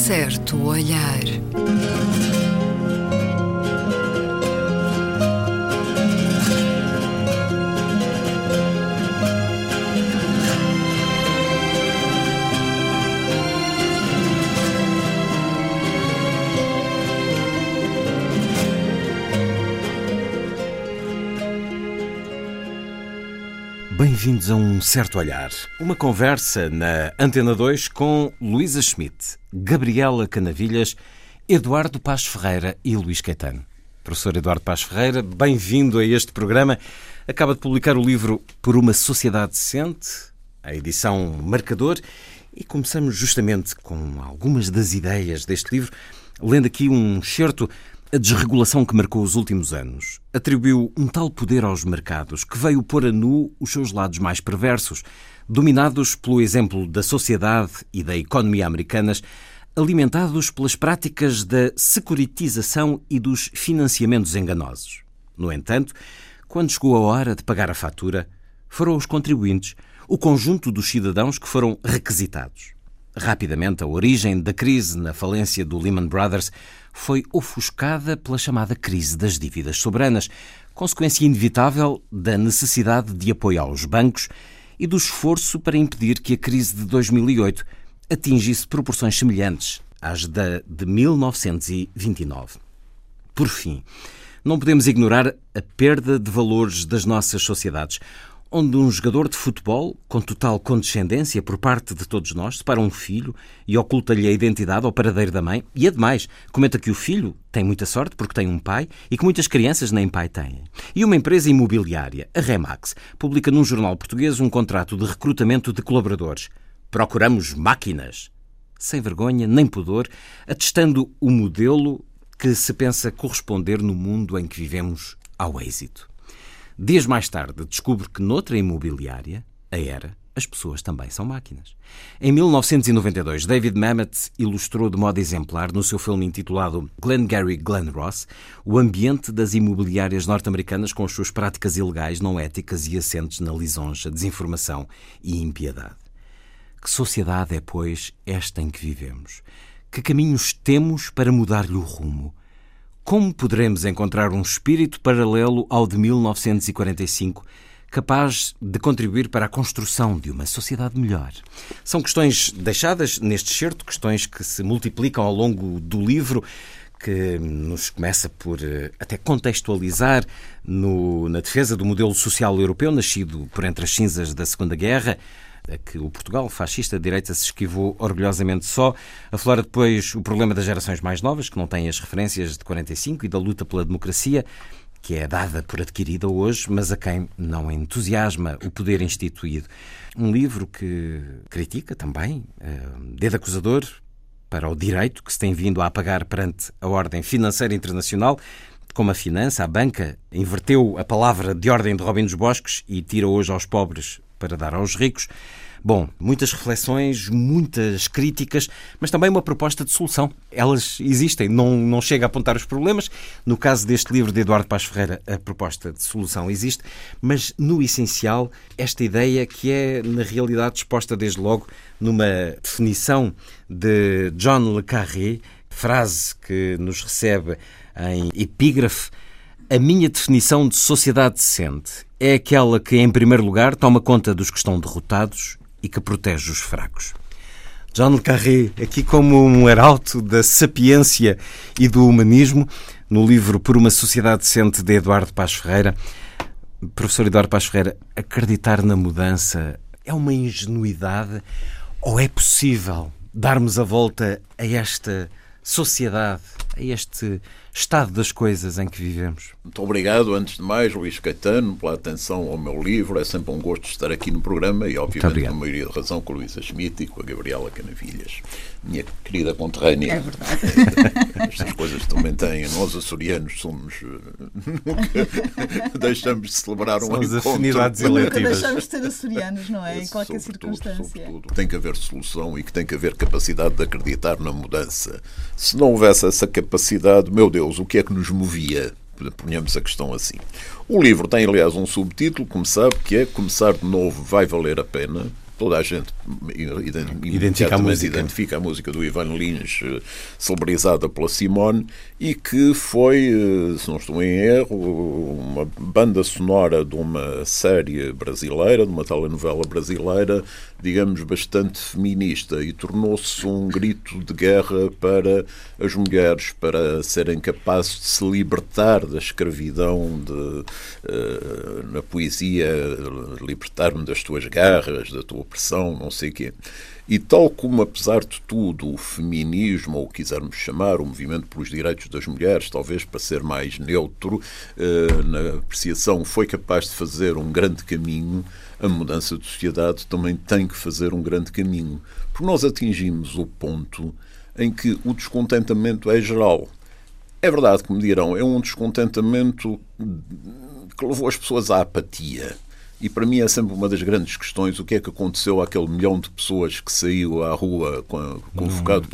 certo olhar. Bem-vindos a Um Certo Olhar, uma conversa na Antena 2 com Luísa Schmidt, Gabriela Canavilhas, Eduardo Paz Ferreira e Luís Caetano. Professor Eduardo Paz Ferreira, bem-vindo a este programa. Acaba de publicar o livro Por uma Sociedade Decente, a edição Marcador, e começamos justamente com algumas das ideias deste livro, lendo aqui um excerto. A desregulação que marcou os últimos anos atribuiu um tal poder aos mercados que veio pôr a nu os seus lados mais perversos, dominados pelo exemplo da sociedade e da economia americanas, alimentados pelas práticas da securitização e dos financiamentos enganosos. No entanto, quando chegou a hora de pagar a fatura, foram os contribuintes, o conjunto dos cidadãos que foram requisitados. Rapidamente, a origem da crise na falência do Lehman Brothers foi ofuscada pela chamada crise das dívidas soberanas, consequência inevitável da necessidade de apoio aos bancos e do esforço para impedir que a crise de 2008 atingisse proporções semelhantes às de 1929. Por fim, não podemos ignorar a perda de valores das nossas sociedades, onde um jogador de futebol, com total condescendência por parte de todos nós, separa um filho e oculta-lhe a identidade ao paradeiro da mãe. E, ademais, comenta que o filho tem muita sorte porque tem um pai e que muitas crianças nem pai têm. E uma empresa imobiliária, a Remax, publica num jornal português um contrato de recrutamento de colaboradores. Procuramos máquinas. Sem vergonha nem pudor, atestando o modelo que se pensa corresponder no mundo em que vivemos ao êxito. Dias mais tarde, descubro que noutra imobiliária, a Era, as pessoas também são máquinas. Em 1992, David Mamet ilustrou de modo exemplar, no seu filme intitulado Glengarry Glen Ross, o ambiente das imobiliárias norte-americanas com as suas práticas ilegais, não éticas e assentes na lisonja, desinformação e impiedade. Que sociedade é, pois, esta em que vivemos? Que caminhos temos para mudar-lhe o rumo? Como poderemos encontrar um espírito paralelo ao de 1945, capaz de contribuir para a construção de uma sociedade melhor? São questões deixadas neste excerto, questões que se multiplicam ao longo do livro, que nos começa por até contextualizar na defesa do modelo social europeu, nascido por entre as cinzas da Segunda Guerra, a que o Portugal fascista de direita se esquivou orgulhosamente só. Aflora depois o problema das gerações mais novas, que não têm as referências de 45 e da luta pela democracia, que é dada por adquirida hoje, mas a quem não entusiasma o poder instituído. Um livro que critica também, dedo acusador para o direito que se tem vindo a apagar perante a ordem financeira internacional, como a finança, a banca, inverteu a palavra de ordem de Robin dos Bosques e tira hoje aos pobres para dar aos ricos. Bom, muitas reflexões, muitas críticas, mas também uma proposta de solução. Elas existem, não chega a apontar os problemas. No caso deste livro de Eduardo Paz Ferreira, a proposta de solução existe, mas no essencial, esta ideia que é, na realidade, exposta desde logo numa definição de John le Carré, frase que nos recebe em epígrafe: a minha definição de sociedade decente é aquela que, em primeiro lugar, toma conta dos que estão derrotados e que protege os fracos. John le Carré, aqui como um arauto da sapiência e do humanismo, no livro Por uma Sociedade Decente, de Eduardo Paz Ferreira. Professor Eduardo Paz Ferreira, acreditar na mudança é uma ingenuidade ou é possível darmos a volta a esta sociedade, a este estado das coisas em que vivemos? Muito obrigado, antes de mais, Luís Caetano, pela atenção ao meu livro. É sempre um gosto estar aqui no programa e, obviamente, com a maioria de razão, com a Luísa Schmidt e com a Gabriela Canavilhas, minha querida conterrânea. É verdade. Estas coisas também têm. Nós, açorianos, somos... Nunca deixamos de celebrar um encontro. São as afinidades eletivas. Nunca deixamos de ser açorianos, não é? Em qualquer circunstância. Sobretudo, tem que haver solução e que tem que haver capacidade de acreditar na mudança. Se não houvesse essa capacidade, meu Deus, o que é que nos movia? Ponhamos a questão assim. O livro tem, aliás, um subtítulo, como sabe, que é Começar de Novo vai valer a pena. toda a gente identifica a música do Ivan Lins, celebrizada pela Simone, e que foi, se não estou em erro, uma banda sonora de uma série brasileira, de uma telenovela brasileira, digamos, bastante feminista, e tornou-se um grito de guerra para as mulheres, para serem capazes de se libertar da escravidão, na poesia, libertar-me das tuas garras, da tua opressão, não sei o quê. E tal como, apesar de tudo, o feminismo, ou o que quisermos chamar, o movimento pelos direitos das mulheres, talvez para ser mais neutro na apreciação, foi capaz de fazer um grande caminho, a mudança de sociedade também tem que fazer um grande caminho. Porque nós atingimos o ponto em que o descontentamento é geral. É verdade que me dirão, é um descontentamento que levou as pessoas à apatia. E para mim é sempre uma das grandes questões o que é que aconteceu àquele milhão de pessoas que saiu à rua convocado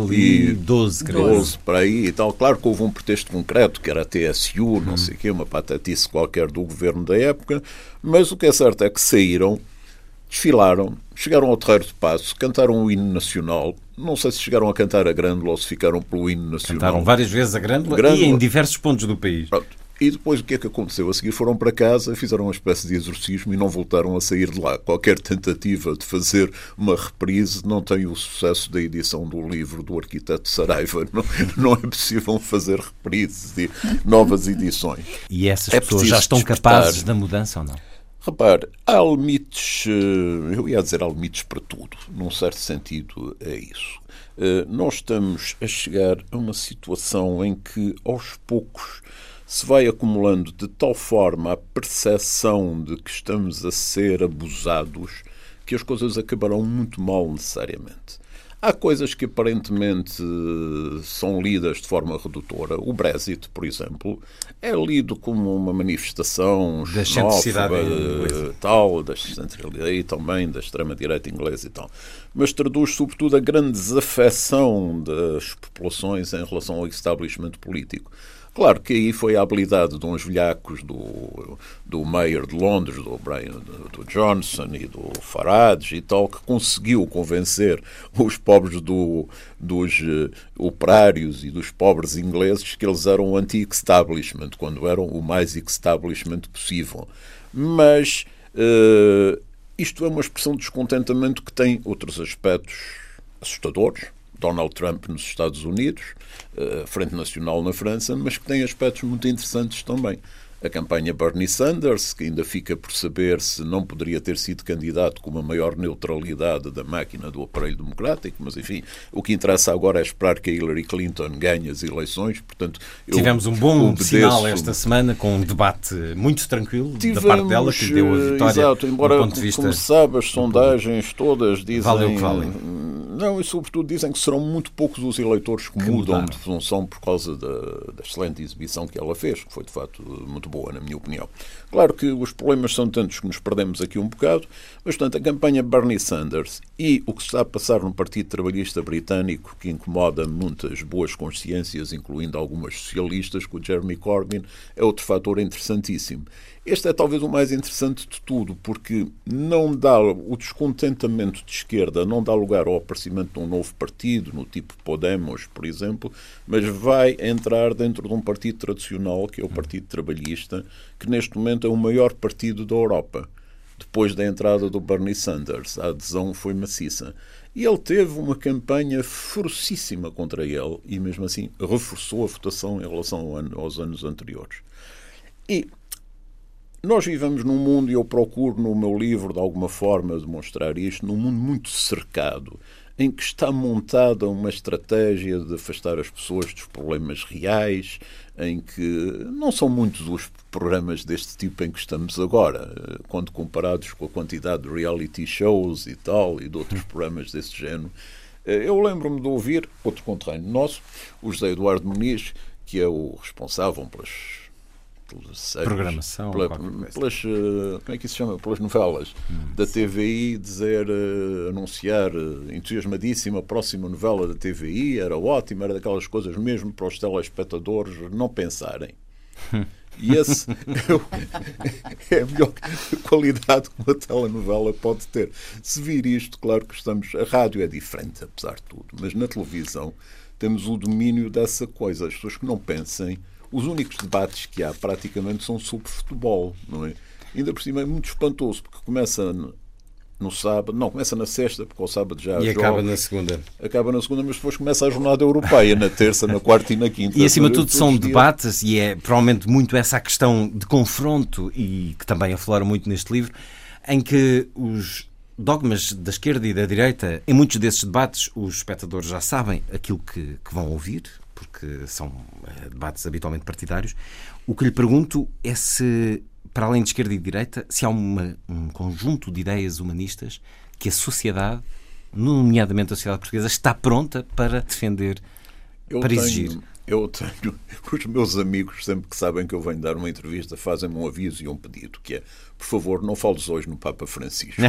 2012, creio. Para aí e tal. Claro que houve um pretexto concreto, que era a TSU, não sei o quê, uma patatice qualquer do governo da época, mas o que é certo é que saíram, desfilaram, chegaram ao Terreiro de Paço, cantaram o hino nacional. Não sei se chegaram a cantar a Grândola ou se ficaram pelo hino nacional. Cantaram várias vezes a Grândola e em diversos pontos do país. Pronto. E depois o que é que aconteceu? A seguir foram para casa, fizeram uma espécie de exorcismo e não voltaram a sair de lá. Qualquer tentativa de fazer uma reprise não tem o sucesso da edição do livro do arquiteto Saraiva. Não é possível fazer reprises e novas edições. E essas pessoas já estão capazes da mudança ou não? Repare, há limites, eu ia dizer há limites para tudo. Num certo sentido é isso. Nós estamos a chegar a uma situação em que aos poucos se vai acumulando de tal forma a percepção de que estamos a ser abusados que as coisas acabarão muito mal necessariamente. Há coisas que aparentemente são lidas de forma redutora. O Brexit, por exemplo, é lido como uma manifestação da excentricidade tal, da excentricidade e também da extrema-direita inglesa e tal. Mas traduz sobretudo a grande desafecção das populações em relação ao establishment político. Claro que aí foi a habilidade de uns velhacos do Mayor de Londres, do Johnson e do Farage e tal, que conseguiu convencer os pobres dos operários e dos pobres ingleses que eles eram o anti-establishment, quando eram o mais establishment possível. Mas isto é uma expressão de descontentamento que tem outros aspectos assustadores. Donald Trump nos Estados Unidos, a Frente Nacional na França, mas que tem aspectos muito interessantes também. A campanha Bernie Sanders, que ainda fica por saber se não poderia ter sido candidato com uma maior neutralidade da máquina do aparelho democrático, mas enfim, o que interessa agora é esperar que a Hillary Clinton ganhe as eleições. Portanto, tivemos um bom sinal esta semana com um debate muito tranquilo da parte dela, que deu a vitória. Exato, embora, do ponto de vista, como se sabe, as sondagens todas dizem... Valem o que valem. Não, e sobretudo dizem que serão muito poucos os eleitores que mudam de função por causa da excelente exibição que ela fez, que foi de facto muito boa, na minha opinião. Claro que os problemas são tantos que nos perdemos aqui um bocado, mas, portanto, a campanha Bernie Sanders e o que se está a passar no Partido Trabalhista Britânico, que incomoda muitas boas consciências, incluindo algumas socialistas, com o Jeremy Corbyn, é outro fator interessantíssimo. Este é talvez o mais interessante de tudo, porque não dá o descontentamento de esquerda, não dá lugar ao aparecimento de um novo partido, no tipo Podemos, por exemplo, mas vai entrar dentro de um partido tradicional, que é o Partido Trabalhista, que neste momento é o maior partido da Europa. Depois da entrada do Bernie Sanders, a adesão foi maciça. E ele teve uma campanha ferocíssima contra ele e, mesmo assim, reforçou a votação em relação aos anos anteriores. E nós vivemos num mundo, e eu procuro no meu livro, de alguma forma, demonstrar isto, num mundo muito cercado, em que está montada uma estratégia de afastar as pessoas dos problemas reais, em que não são muitos os programas deste tipo em que estamos agora, quando comparados com a quantidade de reality shows e tal, e de outros programas desse género. Eu lembro-me de ouvir outro conterrâneo nosso, o José Eduardo Muniz, que é o responsável pelas programação, pelas, como é que isso se chama? Pelas novelas da TVI, anunciar entusiasmadíssimo a próxima novela da TVI, era ótimo, era daquelas coisas mesmo para os telespectadores não pensarem. E esse é a melhor qualidade que uma telenovela pode ter. Se vir isto, claro que a rádio é diferente, apesar de tudo, mas na televisão temos o domínio dessa coisa. As pessoas que não pensem, os únicos debates que há praticamente são sobre futebol, não é? Ainda por cima é muito espantoso, porque começa no sábado, não, começa na sexta, porque ao sábado já há jogos. Acaba na segunda. Acaba na segunda, mas depois começa a jornada europeia, na terça, na quarta e na quinta. E acima de tudo são debates, e é provavelmente muito essa a questão de confronto, e que também aflora muito neste livro, em que os dogmas da esquerda e da direita, em muitos desses debates, os espectadores já sabem aquilo que vão ouvir, porque são debates habitualmente partidários. O que lhe pergunto é se, para além de esquerda e de direita, se há um conjunto de ideias humanistas que a sociedade, nomeadamente a sociedade portuguesa, está pronta para defender, exigir. Eu tenho, os meus amigos, sempre que sabem que eu venho dar uma entrevista, fazem-me um aviso e um pedido, que é, por favor, não fales hoje no Papa Francisco.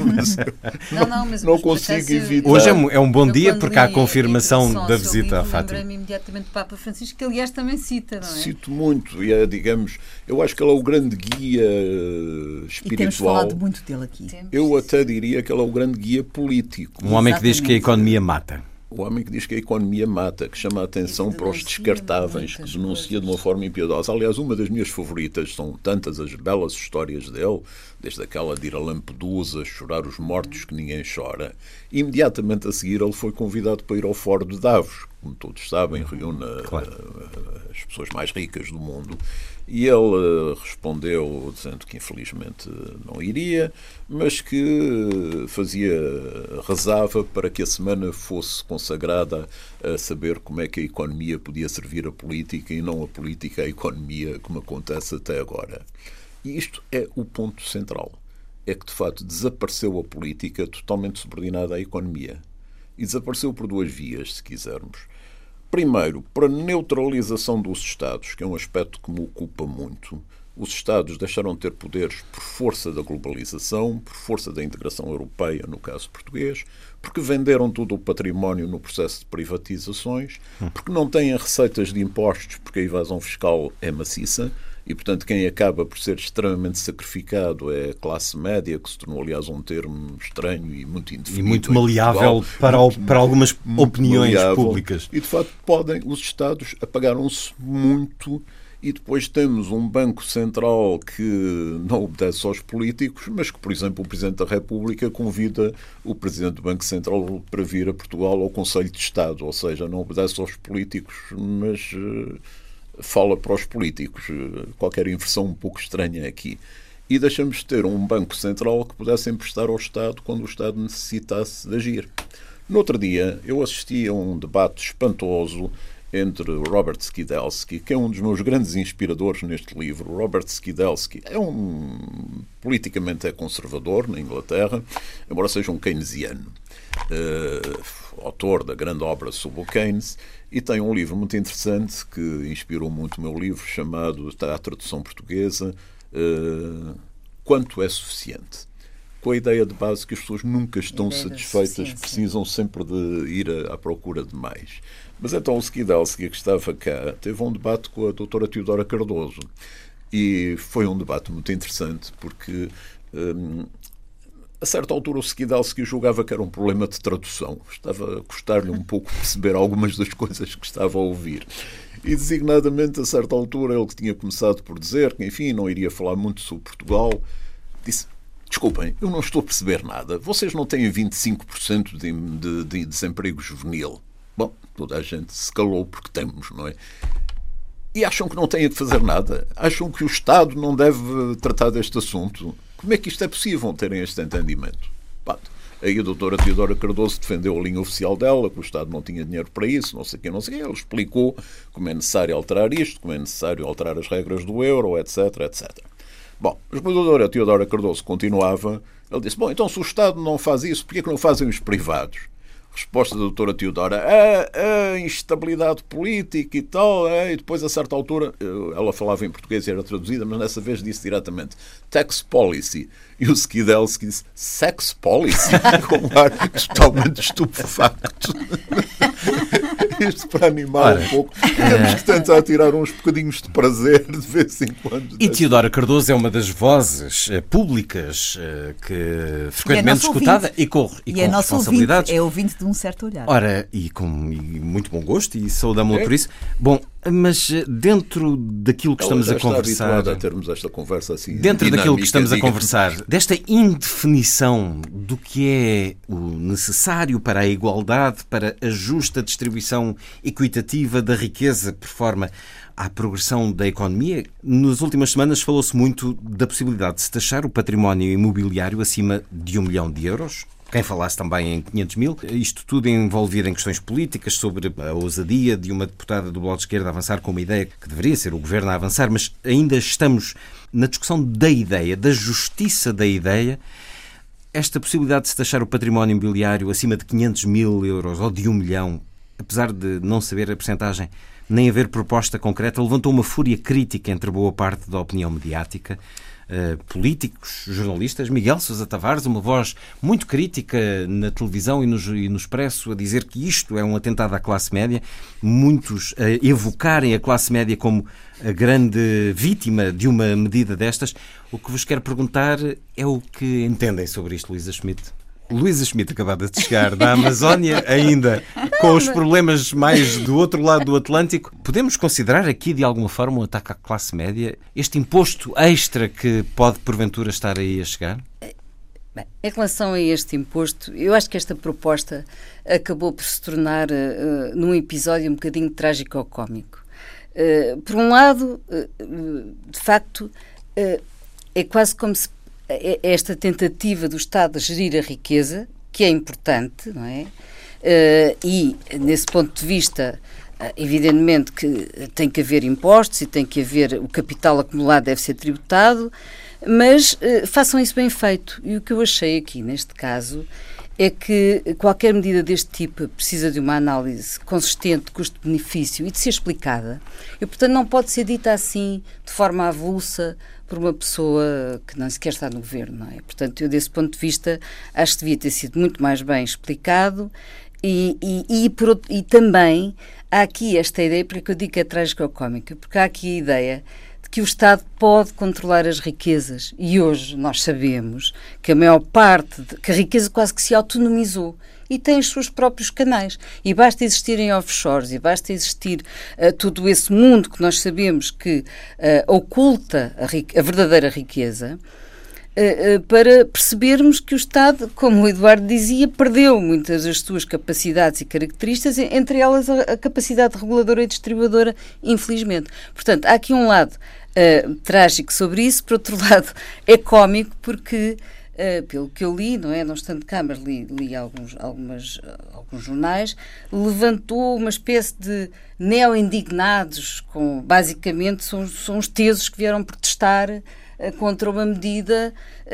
Mas não consigo evitar. Hoje é um bom dia, porque há a confirmação da visita à Fátima. Lembrei-me imediatamente do Papa Francisco, que aliás também cita, não é? Cito muito, e digamos, eu acho que ele é o grande guia espiritual. E temos falado muito dele aqui. Eu até diria que ele é o grande guia político. Um homem que diz que a economia mata. O homem que diz que a economia mata, que chama a atenção para os descartáveis, que denuncia de uma forma impiedosa. Aliás, uma das minhas favoritas, são tantas as belas histórias dele, desde aquela de ir a Lampedusa, chorar os mortos que ninguém chora. Imediatamente a seguir ele foi convidado para ir ao Fórum de Davos, como todos sabem, reúne as pessoas mais ricas do mundo. E ele respondeu dizendo que infelizmente não iria, mas que rezava para que a semana fosse consagrada a saber como é que a economia podia servir a política e não a política à economia, como acontece até agora. E isto é o ponto central. É que, de facto, desapareceu a política totalmente subordinada à economia. E desapareceu por duas vias, se quisermos. Primeiro, para neutralização dos Estados, que é um aspecto que me ocupa muito. Os Estados deixaram de ter poderes por força da globalização, por força da integração europeia, no caso português, porque venderam todo o património no processo de privatizações, porque não têm receitas de impostos, porque a evasão fiscal é maciça, e, portanto, quem acaba por ser extremamente sacrificado é a classe média, que se tornou, aliás, um termo estranho e muito indefinido. E muito maleável para algumas opiniões públicas. E, de facto, os Estados apagaram-se muito, e depois temos um Banco Central que não obedece aos políticos, mas que, por exemplo, o Presidente da República convida o Presidente do Banco Central para vir a Portugal ao Conselho de Estado, ou seja, não obedece aos políticos, mas fala para os políticos. Qualquer inversão um pouco estranha aqui. E deixamos de ter um Banco Central que pudesse emprestar ao Estado quando o Estado necessitasse de agir. No outro dia, eu assisti a um debate espantoso entre Robert Skidelsky, que é um dos meus grandes inspiradores neste livro. Robert Skidelsky politicamente é conservador na Inglaterra, embora seja um keynesiano. Autor da grande obra sobre o Keynes, e tem um livro muito interessante que inspirou muito o meu livro, chamado, está a tradução portuguesa, Quanto é Suficiente? Com a ideia de base que as pessoas nunca estão satisfeitas, precisam sempre de ir à procura de mais. Mas então o Skidelsky, que estava cá, teve um debate com a doutora Teodora Cardoso, e foi um debate muito interessante, porque a certa altura o Skidelsky julgava que era um problema de tradução. Estava a custar-lhe um pouco perceber algumas das coisas que estava a ouvir. E, designadamente, a certa altura, ele que tinha começado por dizer que, enfim, não iria falar muito sobre Portugal, disse: desculpem, eu não estou a perceber nada. Vocês não têm 25% de desemprego juvenil. Bom, toda a gente se calou porque temos, não é? E acham que não têm de fazer nada? Acham que o Estado não deve tratar deste assunto? Como é que isto é possível, terem este entendimento? Aí a doutora Teodora Cardoso defendeu a linha oficial dela, que o Estado não tinha dinheiro para isso, não sei o que. Ele explicou como é necessário alterar isto, como é necessário alterar as regras do euro, etc, etc. Bom, mas a doutora Teodora Cardoso continuava. Ele disse: bom, então se o Estado não faz isso, porquê que não fazem os privados? Resposta da doutora Teodora: a instabilidade política e tal. E depois, a certa altura, ela falava em português e era traduzida, mas dessa vez disse diretamente tax policy. E o Skidelsky disse sex policy, com um ar totalmente estupefacto. isto para animar um pouco. Temos que tentar tirar uns bocadinhos de prazer de vez em quando. E Teodora Cardoso é uma das vozes públicas que frequentemente escutada e com responsabilidades. É ouvinte de um certo olhar. Ora, e com muito bom gosto, e saudamos-la por isso. Bom, mas dentro daquilo que estamos a conversar... a termos esta conversa assim dentro daquilo que estamos a conversar, desta indefinição do que é o necessário para a igualdade, para a justa distribuição equitativa da riqueza por forma à progressão da economia, nas últimas semanas falou-se muito da possibilidade de se taxar o património imobiliário acima de 1 milhão de euros. Quem falasse também em 500 mil, isto tudo envolvido em questões políticas sobre a ousadia de uma deputada do Bloco de Esquerda a avançar com uma ideia que deveria ser o Governo a avançar, mas ainda estamos na discussão da ideia, da justiça da ideia. Esta possibilidade de se taxar o património imobiliário acima de 500 mil euros ou de 1 milhão, apesar de não saber a percentagem, nem haver proposta concreta, levantou uma fúria crítica entre boa parte da opinião mediática. Políticos, jornalistas, Miguel Sousa Tavares, uma voz muito crítica na televisão e no Expresso, a dizer que isto é um atentado à classe média, muitos a evocarem a classe média como a grande vítima de uma medida destas. O que vos quero perguntar é o que entendem sobre isto, Luísa Schmidt. Luísa Schmidt, acabada de chegar da Amazónia, ainda com os problemas mais do outro lado do Atlântico. Podemos considerar aqui, de alguma forma, um ataque à classe média? Este imposto extra que pode, porventura, estar aí a chegar? Bem, em relação a este imposto, eu acho que esta proposta acabou por se tornar num episódio um bocadinho trágico ou cómico. Por um lado, de facto, é quase como se esta tentativa do Estado de gerir a riqueza, que é importante, não é? E, nesse ponto de vista, evidentemente que tem que haver impostos e tem que haver, o capital acumulado deve ser tributado, mas façam isso bem feito. E o que eu achei aqui, neste caso, é que qualquer medida deste tipo precisa de uma análise consistente de custo-benefício e de ser explicada. E, portanto, não pode ser dita assim, de forma avulsa, por uma pessoa que não sequer está no governo, não é? Portanto, eu, desse ponto de vista, acho que devia ter sido muito mais bem explicado e também há aqui esta ideia, porque eu digo que é trágica ou cómica, porque há aqui a ideia de que o Estado pode controlar as riquezas e hoje nós sabemos que a maior parte, que a riqueza quase que se autonomizou e tem os seus próprios canais. E basta existirem offshores e basta existir todo esse mundo que nós sabemos que oculta a verdadeira riqueza, para percebermos que o Estado, como o Eduardo dizia, perdeu muitas das suas capacidades e características, entre elas a capacidade reguladora e distribuidora, infelizmente. Portanto, há aqui um lado trágico sobre isso, por outro lado é cómico porque... pelo que eu li, não é? Não estando de câmara, li alguns jornais, levantou uma espécie de neo-indignados, basicamente são os tesos que vieram protestar contra uma medida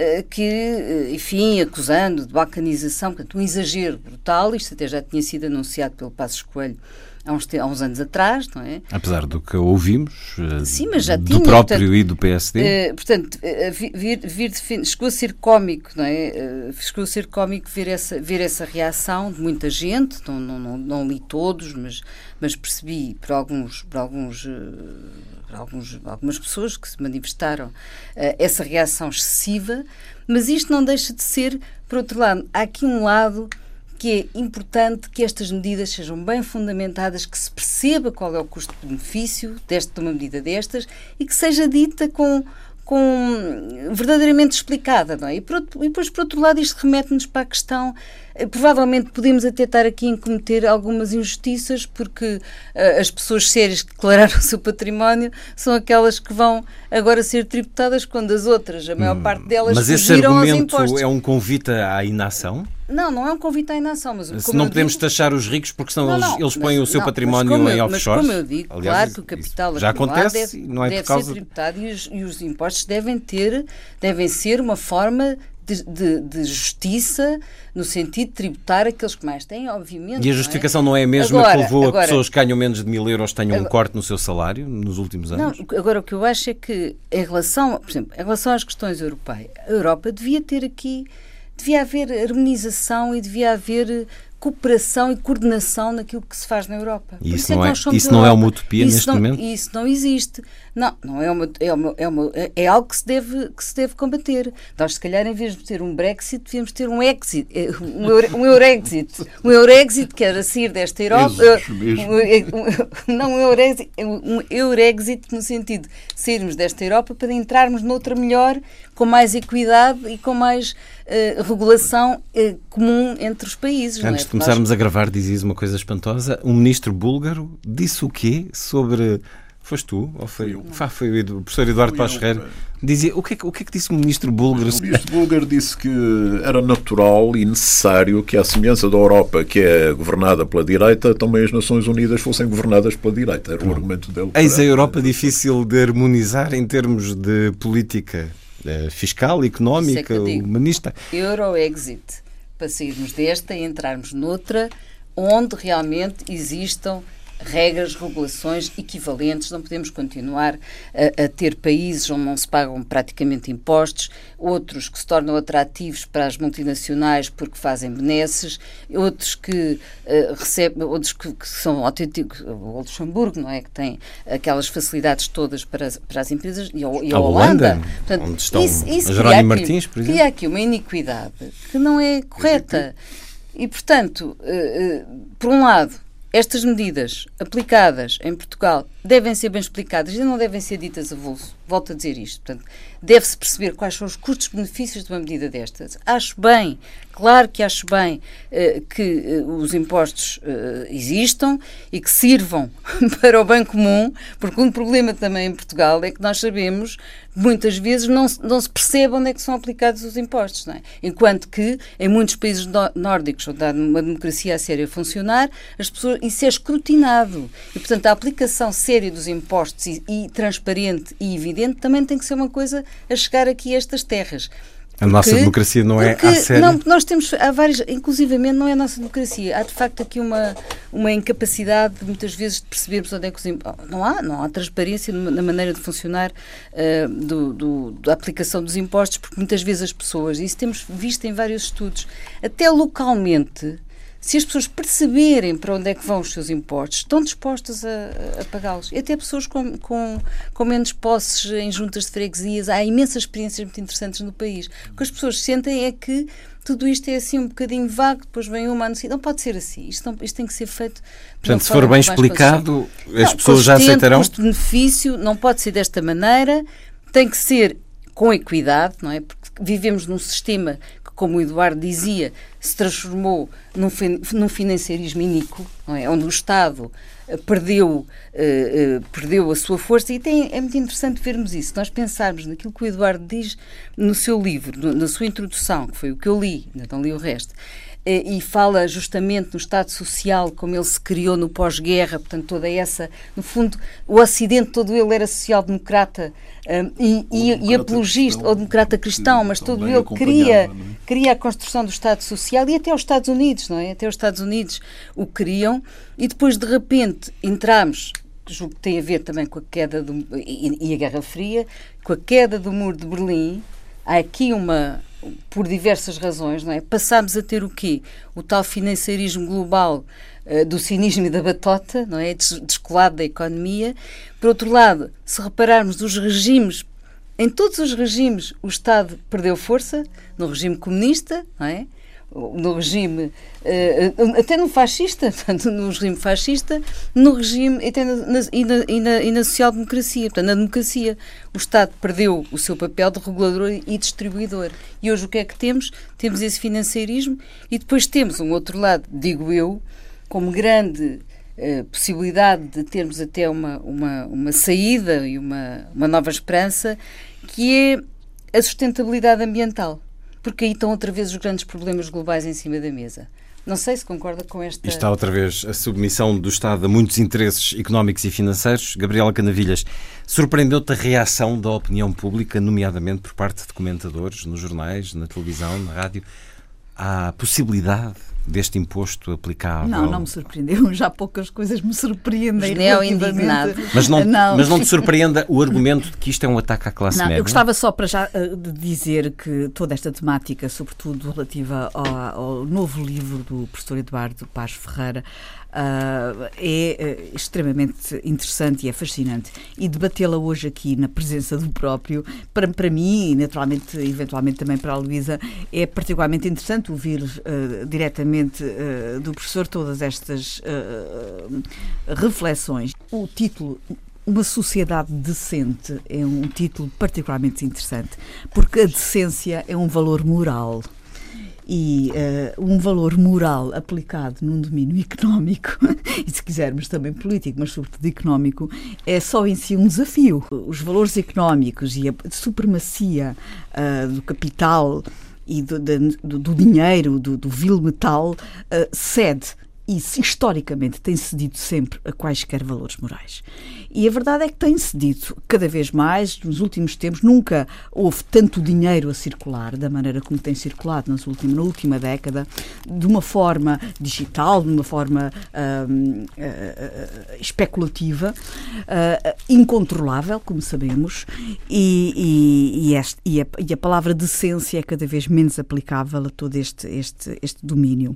que, enfim, acusando de balcanização, portanto, um exagero brutal. Isto até já tinha sido anunciado pelo Passos Coelho há uns anos atrás, não é? Apesar do que ouvimos, sim, mas já do tinha, próprio portanto, e do PSD. Portanto, chegou a ser cómico, não é? Chegou a ser cómico ver essa reação de muita gente, não li todos, mas percebi por algumas pessoas que se manifestaram essa reação excessiva, mas isto não deixa de ser, por outro lado, há aqui um lado que é importante que estas medidas sejam bem fundamentadas, que se perceba qual é o custo-benefício de uma medida destas e que seja dita com verdadeiramente explicada, não é? E depois, por outro lado, isto remete-nos para a questão, provavelmente podemos até estar aqui a cometer algumas injustiças, porque as pessoas sérias que declararam o seu património são aquelas que vão agora ser tributadas, quando as outras, a maior parte delas, mas esse fugiram aos argumento impostos. É um convite à inação? Não é um convite à inação. Mas, se não podemos taxar os ricos porque senão eles põem o seu património em offshores. Mas como eu digo, aliás, claro que o capital já acontece, não é deve por causa... ser tributado e os impostos devem ser uma forma de justiça, no sentido de tributar aqueles que mais têm, obviamente. E a justificação não é a mesma agora, que levou a pessoas que ganham menos de 1.000 euros tenham um corte no seu salário nos últimos anos? Não, agora o que eu acho é que, por exemplo, em relação às questões europeias, a Europa devia haver harmonização e devia haver cooperação e coordenação naquilo que se faz na Europa. E isso não é uma utopia neste momento? Isso não existe. Não é algo que se deve combater. Nós, se calhar, em vez de ter um Brexit, devíamos ter um exit, um Eurexit. Um Eurexit, que era sair desta Europa. Um Eurexit no sentido de sairmos desta Europa para entrarmos noutra melhor, com mais equidade e com mais regulação comum entre os países. Antes de começarmos a gravar, dizias uma coisa espantosa. Um ministro búlgaro disse o quê sobre... Foste tu? Ou foi eu? Foi o professor Eduardo Paz Ferreira. Dizia, o que é que disse o ministro búlgaro? O ministro búlgaro disse que era natural e necessário que, à semelhança da Europa, que é governada pela direita, também as Nações Unidas fossem governadas pela direita. Era o argumento dele. Eis a Europa difícil de harmonizar em termos de política fiscal, económica, humanista. Euro-exit. Para sairmos desta e entrarmos noutra, onde realmente existam regras, regulações equivalentes. Não podemos continuar a ter países onde não se pagam praticamente impostos, outros que se tornam atrativos para as multinacionais porque fazem benesses, outros que que são autênticos. O Luxemburgo, não é? Que tem aquelas facilidades todas para as empresas, e a Holanda. Portanto, onde estão a Jerónimo Martins, por exemplo. Cria aqui uma iniquidade que não é correta. E, portanto, por um lado, estas medidas aplicadas em Portugal devem ser bem explicadas e não devem ser ditas a vulso. Volto a dizer isto. Portanto, deve-se perceber quais são os custos-benefícios de uma medida destas. Acho bem, claro que acho bem que os impostos existam e que sirvam para o bem comum, porque um problema também em Portugal é que nós sabemos, muitas vezes não se percebe onde é que são aplicados os impostos, não é? Enquanto que em muitos países nórdicos, onde há uma democracia a sério a funcionar, isso é escrutinado. E, portanto, a aplicação séria dos impostos e transparente e evidente também tem que ser uma coisa a chegar aqui a estas terras. A nossa democracia não é a sério? Não, nós temos, há várias, inclusivamente não é a nossa democracia. Há de facto aqui uma incapacidade muitas vezes de percebermos onde é que não há transparência na maneira de funcionar da aplicação dos impostos, porque muitas vezes as pessoas, e isso temos visto em vários estudos, até localmente, se as pessoas perceberem para onde é que vão os seus impostos, estão dispostas a pagá-los. E até pessoas com menos posses em juntas de freguesias. Há imensas experiências muito interessantes no país. O que as pessoas sentem é que tudo isto é assim um bocadinho vago, depois vem uma anúncio. Não pode ser assim. Isto tem que ser feito... Portanto, se for bem explicado, as pessoas já aceitarão? O custo-benefício não pode ser desta maneira, tem que ser com equidade, não é? Porque vivemos num sistema que, como o Eduardo dizia, se transformou num financiarismo iníquo, não é? Onde o Estado perdeu a sua força, e é muito interessante vermos isso. Nós pensarmos naquilo que o Eduardo diz no seu livro, na sua introdução, que foi o que eu li, ainda não li o resto, e fala justamente no Estado Social, como ele se criou no pós-guerra, portanto, toda essa, no fundo, o Ocidente todo ele era social-democrata e apologista, ou democrata cristão, mas todo ele queria a construção do Estado Social, e até os Estados Unidos, não é? Até os Estados Unidos o queriam, e depois, de repente, entramos, julgo que tem a ver também com a queda e a Guerra Fria, com a queda do Muro de Berlim. Há aqui por diversas razões, não é? Passámos a ter o quê? O tal financiarismo global do cinismo e da batota, não é? Descolado da economia. Por outro lado, se repararmos os regimes, em todos os regimes o Estado perdeu força, no regime comunista, não é? No regime, até no fascista, portanto, no regime fascista, no regime, até e na social-democracia. Portanto, na democracia, o Estado perdeu o seu papel de regulador e distribuidor. E hoje o que é que temos? Temos esse financiarismo, e depois temos um outro lado, digo eu, como grande possibilidade de termos até uma saída e uma nova esperança, que é a sustentabilidade ambiental. Porque aí estão outra vez os grandes problemas globais em cima da mesa. Não sei se concorda com esta... E está outra vez a submissão do Estado a muitos interesses económicos e financeiros. Gabriela Canavilhas, surpreendeu-te a reação da opinião pública, nomeadamente por parte de comentadores nos jornais, na televisão, na rádio, à possibilidade deste imposto aplicável? Não me surpreendeu. Já poucas coisas me surpreendem. Os neo-indignados. Mas não te surpreenda o argumento de que isto é um ataque à classe média? Eu gostava só para já de dizer que toda esta temática, sobretudo relativa ao novo livro do professor Eduardo Paz Ferreira, é extremamente interessante e é fascinante. E debatê-la hoje aqui na presença do próprio, para mim e naturalmente, eventualmente também para a Luísa, é particularmente interessante ouvir diretamente do professor todas estas reflexões. O título Uma Sociedade Decente é um título particularmente interessante, porque a decência é um valor moral. E um valor moral aplicado num domínio económico, e se quisermos também político, mas sobretudo económico, é só em si um desafio. Os valores económicos e a supremacia do capital e do dinheiro, do vil metal, cede. E historicamente tem cedido sempre a quaisquer valores morais. E a verdade é que tem cedido cada vez mais. Nos últimos tempos nunca houve tanto dinheiro a circular da maneira como tem circulado na última década, de uma forma digital, de uma forma especulativa, incontrolável, como sabemos, e a palavra decência é cada vez menos aplicável a todo este domínio.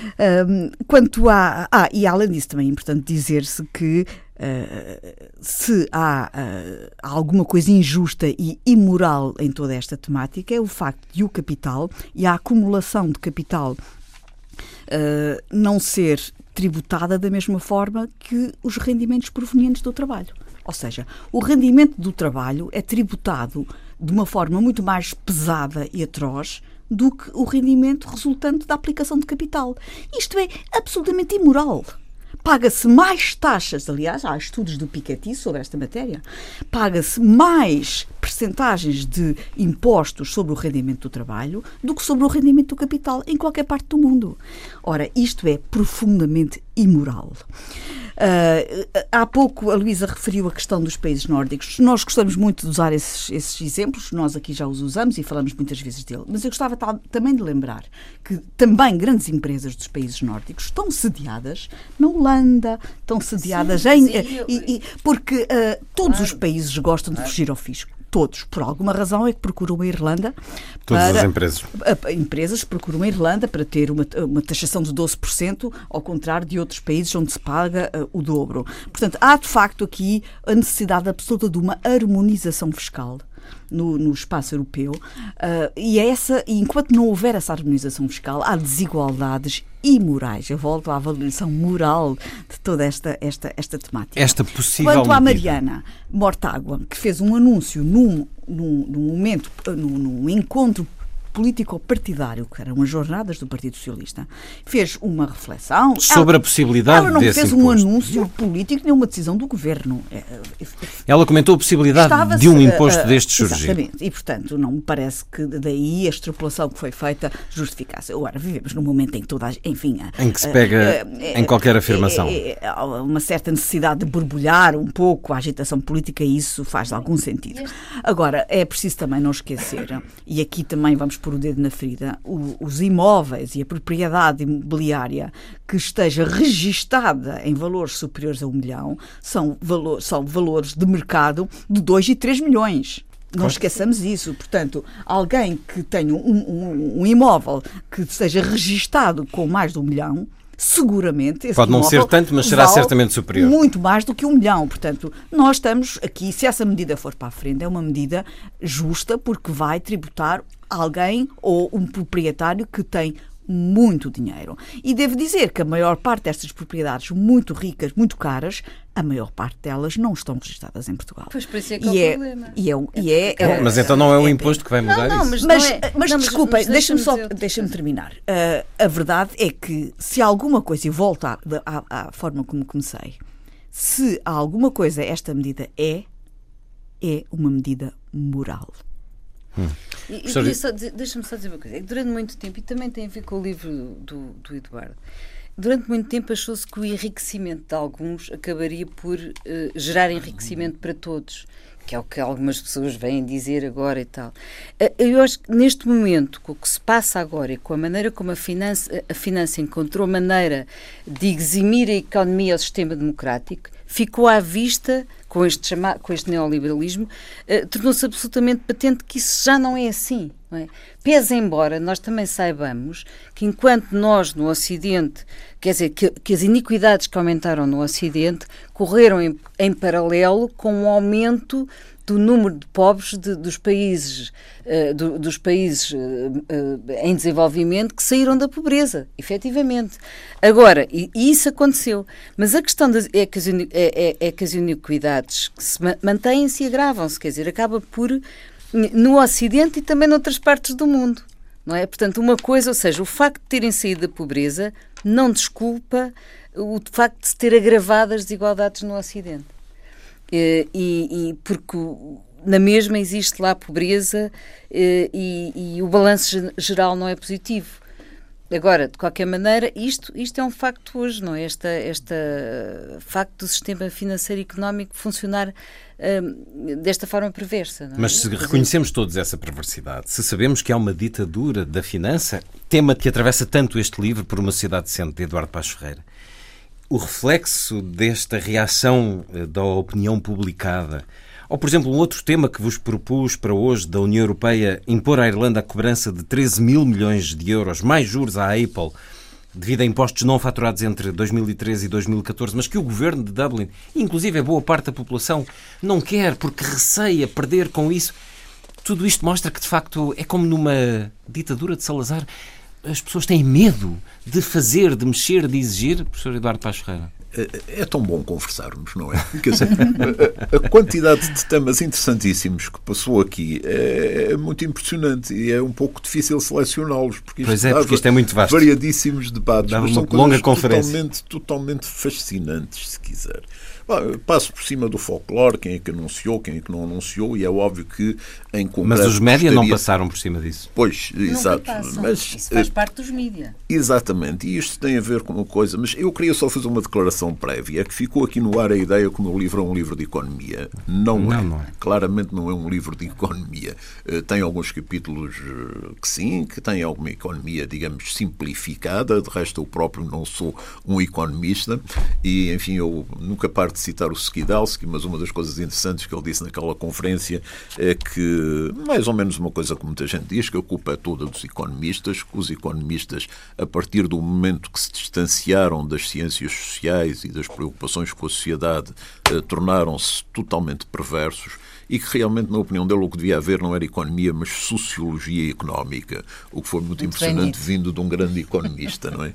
E além disso também é importante dizer-se que se há alguma coisa injusta e imoral em toda esta temática é o facto de o capital e a acumulação de capital não ser tributada da mesma forma que os rendimentos provenientes do trabalho. Ou seja, o rendimento do trabalho é tributado de uma forma muito mais pesada e atroz do que o rendimento resultante da aplicação de capital. Isto é absolutamente imoral. Paga-se mais taxas, aliás, há estudos do Piketty sobre esta matéria, paga-se mais percentagens de impostos sobre o rendimento do trabalho do que sobre o rendimento do capital em qualquer parte do mundo. Ora, isto é profundamente imoral. Há pouco a Luísa referiu a questão dos países nórdicos. Nós gostamos muito de usar esses exemplos, nós aqui já os usamos e falamos muitas vezes dele, mas eu gostava também de lembrar que também grandes empresas dos países nórdicos estão sediadas na Holanda, estão sediadas porque todos os países gostam de fugir ao fisco. Todos, por alguma razão, é que procuram a Irlanda. Todas as empresas. Empresas procuram a Irlanda para ter uma taxação de 12%, ao contrário de outros países onde se paga o dobro. Portanto, há de facto aqui a necessidade absoluta de uma harmonização fiscal no espaço europeu, e enquanto não houver essa harmonização fiscal, há desigualdades imorais. Eu volto à valorização moral de toda esta temática. Esta possível Quanto à Mariana Mortágua, que fez um anúncio num encontro político-partidário, que eram as jornadas do Partido Socialista, fez uma reflexão sobre a possibilidade ela não desse fez imposto. Um anúncio político nem uma decisão do governo. Ela comentou a possibilidade de um imposto destes surgir. Exatamente. E, portanto, não me parece que daí a extrapolação que foi feita justificasse. Agora, vivemos num momento em que em que se pega em qualquer afirmação. Há uma certa necessidade de borbulhar um pouco a agitação política e isso faz algum sentido. Agora, é preciso também não esquecer, e aqui também vamos pôr o dedo na ferida, os imóveis e a propriedade imobiliária que esteja registada em valores superiores a 1 milhão são valores de mercado de 2 e 3 milhões. Não esqueçamos isso. Portanto, alguém que tenha um imóvel que esteja registado com mais de 1 milhão, seguramente esse pode não ser tanto, mas será certamente superior. Muito mais do que 1 milhão. Portanto, nós estamos aqui, se essa medida for para a frente, é uma medida justa porque vai tributar alguém ou um proprietário que tem muito dinheiro. E devo dizer que a maior parte destas propriedades muito ricas, muito caras, a maior parte delas não estão registradas em Portugal. Pois, por isso é que é o problema. Mas então não é o imposto que vai mudar isso? Mas desculpem, deixa-me terminar. A verdade é que se alguma coisa, e volto à forma como comecei, se há alguma coisa esta medida é uma medida moral. Deixa-me só dizer uma coisa. Durante muito tempo, e também tem a ver com o livro do Eduardo, durante muito tempo achou-se que o enriquecimento de alguns acabaria por gerar enriquecimento para todos. que é o que algumas pessoas vêm dizer agora e tal. Eu acho que neste momento, com o que se passa agora e com a maneira como a finança encontrou maneira de eximir a economia ao sistema democrático, ficou à vista, com este neoliberalismo, tornou-se absolutamente patente que isso já não é assim. Não é? Pese embora nós também saibamos que enquanto nós no Ocidente, quer dizer, que as iniquidades que aumentaram no Ocidente correram em paralelo com o aumento do número de pobres dos países em desenvolvimento que saíram da pobreza, efetivamente. Agora, e isso aconteceu, mas a questão é que as iniquidades que se mantêm-se e agravam-se, quer dizer, acaba por, no Ocidente e também noutras partes do mundo, não é? Portanto, uma coisa, ou seja, o facto de terem saído da pobreza não desculpa o facto de se ter agravado as desigualdades no Ocidente. Porque na mesma existe lá pobreza e o balanço geral não é positivo. Agora, de qualquer maneira, isto é um facto hoje, não é? Este facto do sistema financeiro e económico funcionar desta forma perversa. Não é? Mas se reconhecemos todos essa perversidade, se sabemos que há uma ditadura da finança, tema que atravessa tanto este livro Por uma Sociedade Decente, de Eduardo Paes Ferreira, o reflexo desta reação da opinião publicada, ou, por exemplo, um outro tema que vos propus para hoje, da União Europeia impor à Irlanda a cobrança de 13 mil milhões de euros, mais juros à Apple, devido a impostos não faturados entre 2013 e 2014, mas que o governo de Dublin, inclusive a boa parte da população, não quer porque receia perder com isso. Tudo isto mostra que, de facto, é como numa ditadura de Salazar. As pessoas têm medo de fazer, de mexer, de exigir, professor Eduardo Paes Ferreira. É tão bom conversarmos, não é? Quer dizer, a quantidade de temas interessantíssimos que passou aqui é muito impressionante e é um pouco difícil selecioná-los, porque isto é muito vasto. Variadíssimos debates, dava mas uma são longa coisas conferência. totalmente fascinantes, se quiser. Passo por cima do folclore, quem é que anunciou, quem é que não anunciou, e é óbvio que em concreto... Mas os média não passaram por cima disso. Pois, exato. Mas isso faz parte dos mídia. Exatamente, e isto tem a ver com uma coisa, mas eu queria só fazer uma declaração prévia, que ficou aqui no ar a ideia que o meu livro é um livro de economia. Não é. Claramente não é um livro de economia. Tem alguns capítulos que sim, que têm alguma economia, digamos, simplificada, de resto eu próprio não sou um economista, e enfim, eu nunca paro de citar o Skidelsky, mas uma das coisas interessantes que ele disse naquela conferência é que, mais ou menos uma coisa que muita gente diz, que a culpa é toda dos economistas, que os economistas, a partir do momento que se distanciaram das ciências sociais e das preocupações com a sociedade, tornaram-se totalmente perversos, e que realmente, na opinião dele, o que devia haver não era economia, mas sociologia económica, o que foi muito impressionante vindo de um grande economista, não é?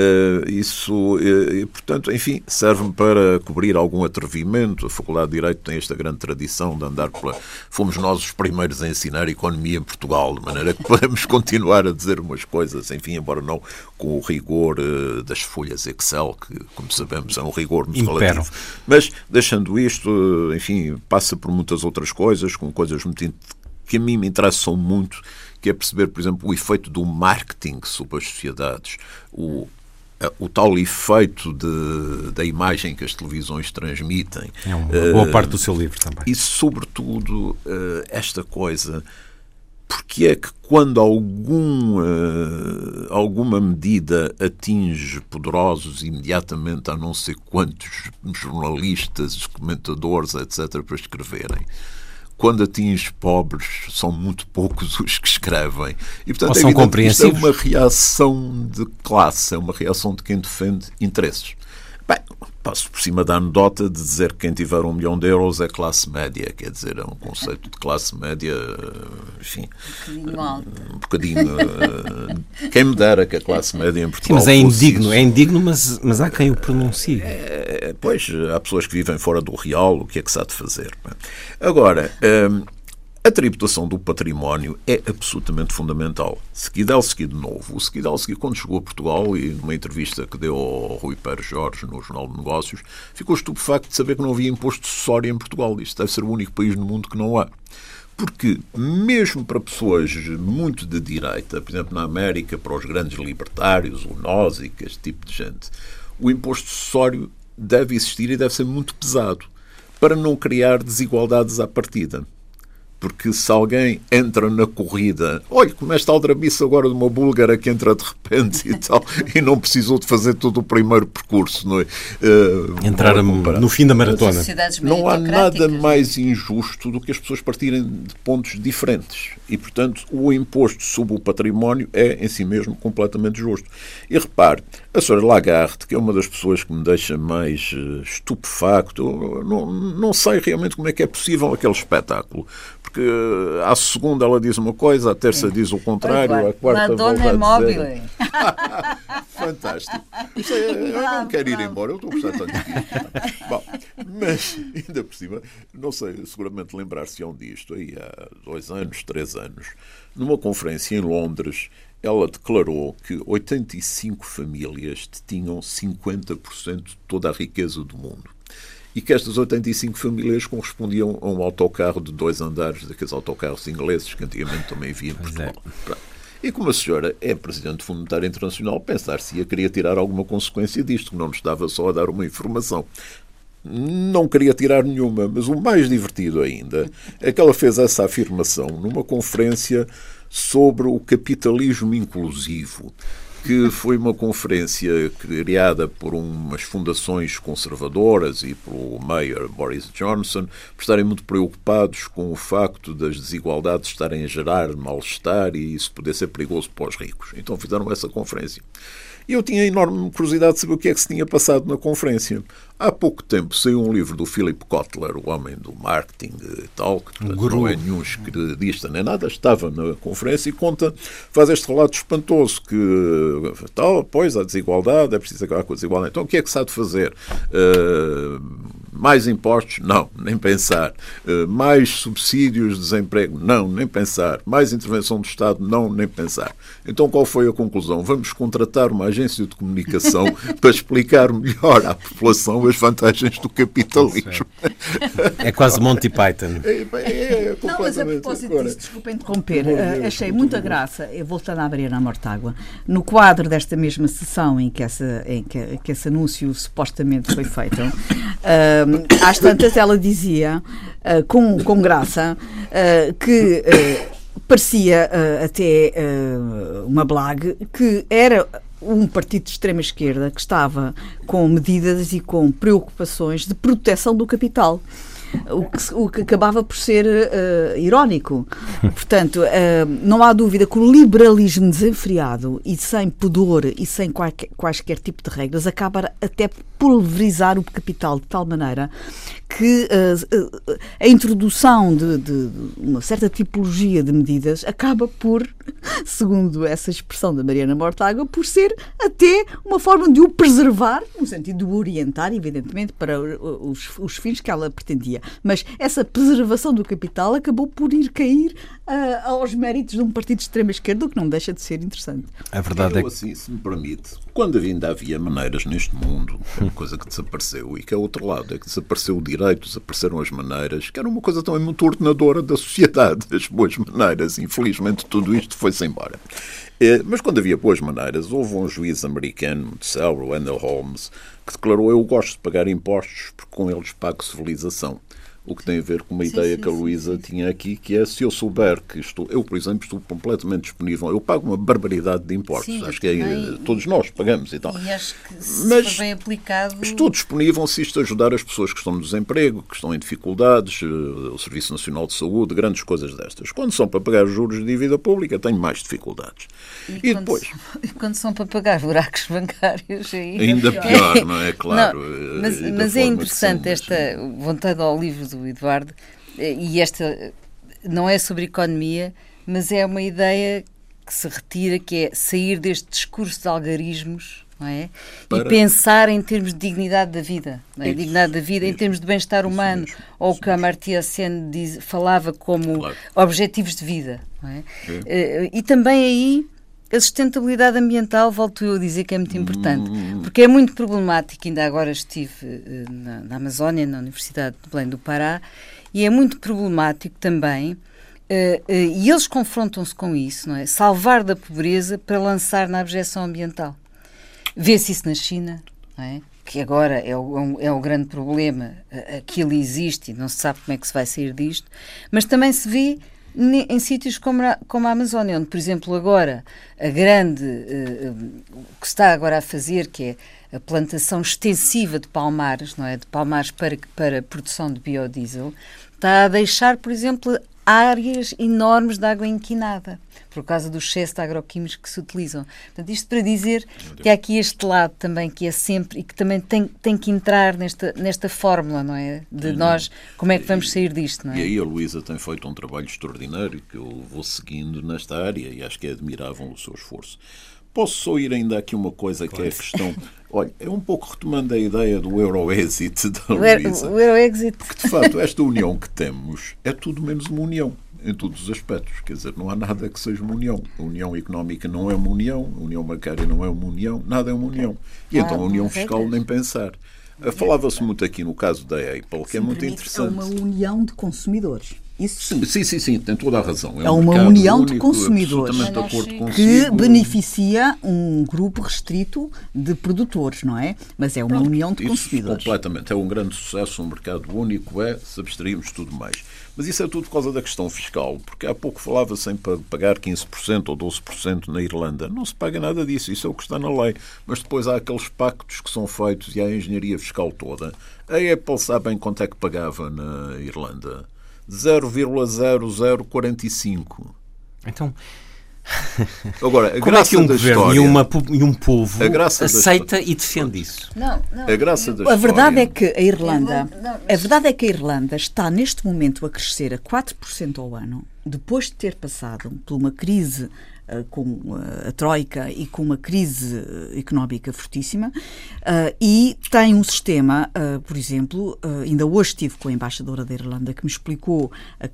Portanto, enfim, serve-me para cobrir algum atrevimento. A Faculdade de Direito tem esta grande tradição de andar Fomos nós os primeiros a ensinar economia em Portugal, de maneira que podemos continuar a dizer umas coisas, enfim, embora não com o rigor das folhas Excel, que, como sabemos, é um rigor muito relativo. Mas, deixando isto, enfim, passa por muitas outras coisas, com coisas muito que a mim me interessam muito, que é perceber, por exemplo, o efeito do marketing sobre as sociedades, o tal efeito da imagem que as televisões transmitem. É uma boa parte do seu livro também. E, sobretudo, esta coisa, porque é que quando alguma medida atinge poderosos imediatamente, há não sei quantos jornalistas, comentadores, etc., para escreverem, quando atinge pobres, são muito poucos os que escrevem. E, portanto, são compreensivos. Isto é uma reação de classe, é uma reação de quem defende interesses. Bem, passo por cima da anedota de dizer que quem tiver 1 milhão de euros é classe média, quer dizer, é um conceito de classe média, enfim, um bocadinho quem me dera que a classe média em Portugal... Sim, mas é indigno, mas há quem o pronuncie. Pois, há pessoas que vivem fora do real, o que é que se há de fazer? Agora... A tributação do património é absolutamente fundamental. Skidelsky, de novo. O Skidelsky, quando chegou a Portugal, e numa entrevista que deu ao Rui Pérez Jorge no Jornal de Negócios, ficou estupefacto de saber que não havia imposto sucessório em Portugal. Isto deve ser o único país no mundo que não há. Porque, mesmo para pessoas muito de direita, por exemplo, na América, para os grandes libertários, o Nozick, este tipo de gente, o imposto sucessório deve existir e deve ser muito pesado. para não criar desigualdades à partida. Porque se alguém entra na corrida, olha, como esta aldrabice agora de uma búlgara que entra de repente e tal, e não precisou de fazer todo o primeiro percurso, não é? Entrar no fim da maratona. Não há nada mais injusto do que as pessoas partirem de pontos diferentes. E, portanto, o imposto sobre o património é, em si mesmo, completamente justo. E repare, a Sra. Lagarde, que é uma das pessoas que me deixa mais estupefacto, não sei realmente como é que é possível aquele espetáculo. Porque à segunda ela diz uma coisa, à terça diz o contrário, à quarta volta a dizer... Fantástico. Eu não quero ir embora, eu estou a gostar tanto disto. Bom, mas, ainda por cima, não sei, seguramente lembrar-se-ão disto, aí há 2 anos, 3 anos, numa conferência em Londres, ela declarou que 85 famílias detinham 50% de toda a riqueza do mundo. E que estas 85 famílias correspondiam a um autocarro de 2 andares, daqueles autocarros ingleses que antigamente também havia em Portugal. E como a senhora é Presidente do Fundo Monetário Internacional, pensar-se-ia queria tirar alguma consequência disto, que não nos estava só a dar uma informação. Não queria tirar nenhuma, mas o mais divertido ainda é que ela fez essa afirmação numa conferência sobre o capitalismo inclusivo, que foi uma conferência criada por umas fundações conservadoras e pelo Mayor Boris Johnson, por estarem muito preocupados com o facto das desigualdades estarem a gerar mal-estar e isso poder ser perigoso para os ricos. Então fizeram essa conferência. E eu tinha enorme curiosidade de saber o que é que se tinha passado na conferência. Há pouco tempo saiu um livro do Philip Kotler, o homem do marketing e tal, que portanto, não é nenhum esquerdista nem nada, estava na conferência e faz este relato espantoso que, tal, pois, há desigualdade, é preciso acabar com a desigualdade. Então, o que é que se há de fazer? Mais impostos? Não, nem pensar. Mais subsídios de desemprego? Não, nem pensar. Mais intervenção do Estado? Não, nem pensar. Então, qual foi a conclusão? Vamos contratar uma agência de comunicação para explicar melhor à população as vantagens do capitalismo. É quase Monty Python. Não, mas a propósito disso, desculpa interromper, achei muita graça, voltando à Mariana Mortágua, no quadro desta mesma sessão em que esse anúncio supostamente foi feito, às tantas ela dizia, com graça, que parecia até uma blague, que era um partido de extrema-esquerda que estava com medidas e com preocupações de proteção do capital. O que acabava por ser irónico. Portanto, não há dúvida que o liberalismo desenfreado e sem pudor e sem quaisquer tipo de regras acaba até por pulverizar o capital de tal maneira que a introdução de uma certa tipologia de medidas acaba por, segundo essa expressão da Mariana Mortágua, por ser até uma forma de o preservar, no sentido de o orientar, evidentemente, para os fins que ela pretendia. Mas essa preservação do capital acabou por ir cair aos méritos de um partido de extrema-esquerda, o que não deixa de ser interessante. A verdade é que... assim, se me permite, quando ainda havia maneiras neste mundo, é uma coisa que desapareceu, e que é outro lado, é que desapareceu o direito, desapareceram as maneiras, que era uma coisa também muito ordenadora da sociedade, as boas maneiras. Infelizmente tudo isto foi-se embora. Mas quando havia boas maneiras, houve um juiz americano muito célebre, o Wendell Holmes, que declarou: eu gosto de pagar impostos porque com eles pago civilização. O que tem a ver com uma ideia que a Luísa tinha aqui, que é, se eu souber que eu, por exemplo, estou completamente disponível, eu pago uma barbaridade de impostos. Sim, acho que todos nós pagamos e tal. E acho que se for bem aplicado... Estou disponível se isto ajudar as pessoas que estão no desemprego, que estão em dificuldades, o Serviço Nacional de Saúde, grandes coisas destas. Quando são para pagar os juros de dívida pública, tenho mais dificuldades. E depois... Quando são para pagar buracos bancários... Ainda pior, não é? Claro. Não, mas é interessante esta vontade ao livro do Eduardo, e esta não é sobre economia, mas é uma ideia que se retira, que é sair deste discurso de algarismos, não é? E pensar em termos de dignidade da vida, não é? Dignidade da vida em termos de bem-estar humano, ou o que a Amartya Sen falava como objetivos de vida, não é? E também aí a sustentabilidade ambiental, volto eu a dizer que é muito importante, porque é muito problemático. Ainda agora estive na Amazónia, na Universidade de Belém do Pará, e é muito problemático também, e eles confrontam-se com isso, não é? Salvar da pobreza para lançar na abjeção ambiental. Vê-se isso na China, não é? Que agora é o grande problema. Aquilo existe e não se sabe como é que se vai sair disto, mas também se vê em sítios como a Amazónia, onde, por exemplo, agora o que se está agora a fazer, que é a plantação extensiva de palmares, não é? De palmares para produção de biodiesel, está a deixar, por exemplo, áreas enormes de água inquinada, por causa do excesso de agroquímicos que se utilizam. Portanto, isto para dizer que há aqui este lado também que é sempre, e que também tem que entrar nesta fórmula, não é? De nós, como é que vamos sair disto, não é? E aí a Luísa tem feito um trabalho extraordinário que eu vou seguindo nesta área e acho que é admirável o seu esforço. Posso só ir ainda aqui uma coisa que é a questão... Olha, é um pouco retomando a ideia do Euroexit da Luísa. O Euroexit. Porque, de facto, esta união que temos é tudo menos uma união, em todos os aspectos. Quer dizer, não há nada que seja uma união. A união económica não é uma união, a união bancária não é uma união, nada é uma união. E então a união fiscal nem pensar. Falava-se muito aqui no caso da Apple, que é muito interessante. É uma união de consumidores. Isso sim. Sim, tem toda a razão. É uma união de consumidores que beneficia um grupo restrito de produtores, não é? Mas é uma união de consumidores. Completamente. É um grande sucesso, um mercado único, se abstrairmos tudo mais. Mas isso é tudo por causa da questão fiscal, porque há pouco falava-se em pagar 15% ou 12% na Irlanda. Não se paga nada disso, isso é o que está na lei. Mas depois há aqueles pactos que são feitos e há a engenharia fiscal toda. A Apple sabe bem quanto é que pagava na Irlanda? 0,0045. Então, agora, a como graça é que um da governo história, e um povo aceita e defende da isso? A graça da A verdade história... é que a Irlanda está neste momento a crescer a 4% ao ano, depois de ter passado por uma crise com a Troika e com uma crise económica fortíssima, e tem um sistema, por exemplo, ainda hoje estive com a embaixadora da Irlanda que me explicou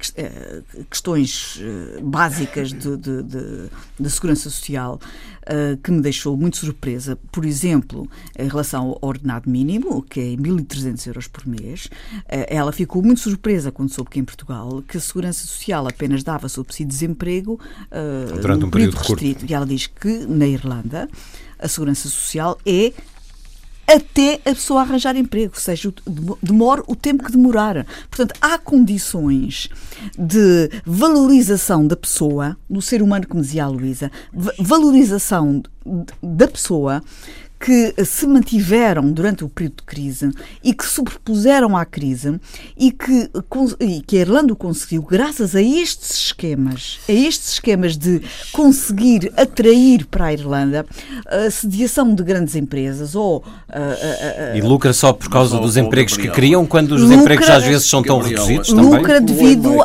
questões básicas de segurança social, que me deixou muito surpresa. Por exemplo, em relação ao ordenado mínimo, que é 1.300 euros por mês, ela ficou muito surpresa quando soube que em Portugal que a segurança social apenas dava subsídio de desemprego durante um período restrito. E ela diz que na Irlanda a segurança social é até a pessoa arranjar emprego, ou seja, demora o tempo que demorar. Portanto, há condições de valorização da pessoa, do ser humano, como dizia a Luísa, valorização da pessoa, que se mantiveram durante o período de crise e que sobrepuseram à crise e que a Irlanda conseguiu graças a estes esquemas de conseguir atrair para a Irlanda a sediação de grandes empresas e lucra só por causa dos empregos que criam, quando os empregos às vezes são tão reduzidos também? Lucra devido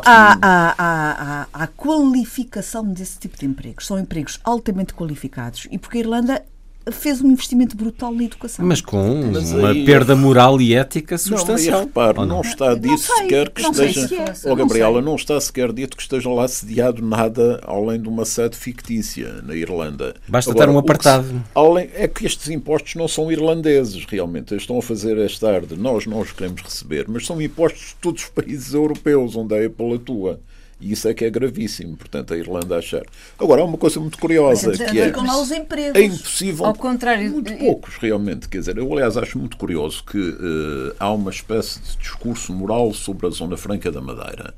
à qualificação desse tipo de empregos. São empregos altamente qualificados e porque a Irlanda fez um investimento brutal na educação. Mas com uma perda moral e ética substancial. Não está dito sequer que esteja... Gabriela, não está sequer dito que esteja lá sediado nada além de uma sede fictícia na Irlanda. Basta ter um apartado. É que estes impostos não são irlandeses, realmente. Eles estão a fazer esta arde. Nós não os queremos receber, mas são impostos de todos os países europeus onde a Apple atua. E isso é que é gravíssimo, portanto, a Irlanda achar. Agora, há uma coisa muito curiosa, que é impossível, ao contrário, muito poucos realmente, quer dizer, eu aliás acho muito curioso que há uma espécie de discurso moral sobre a Zona Franca da Madeira.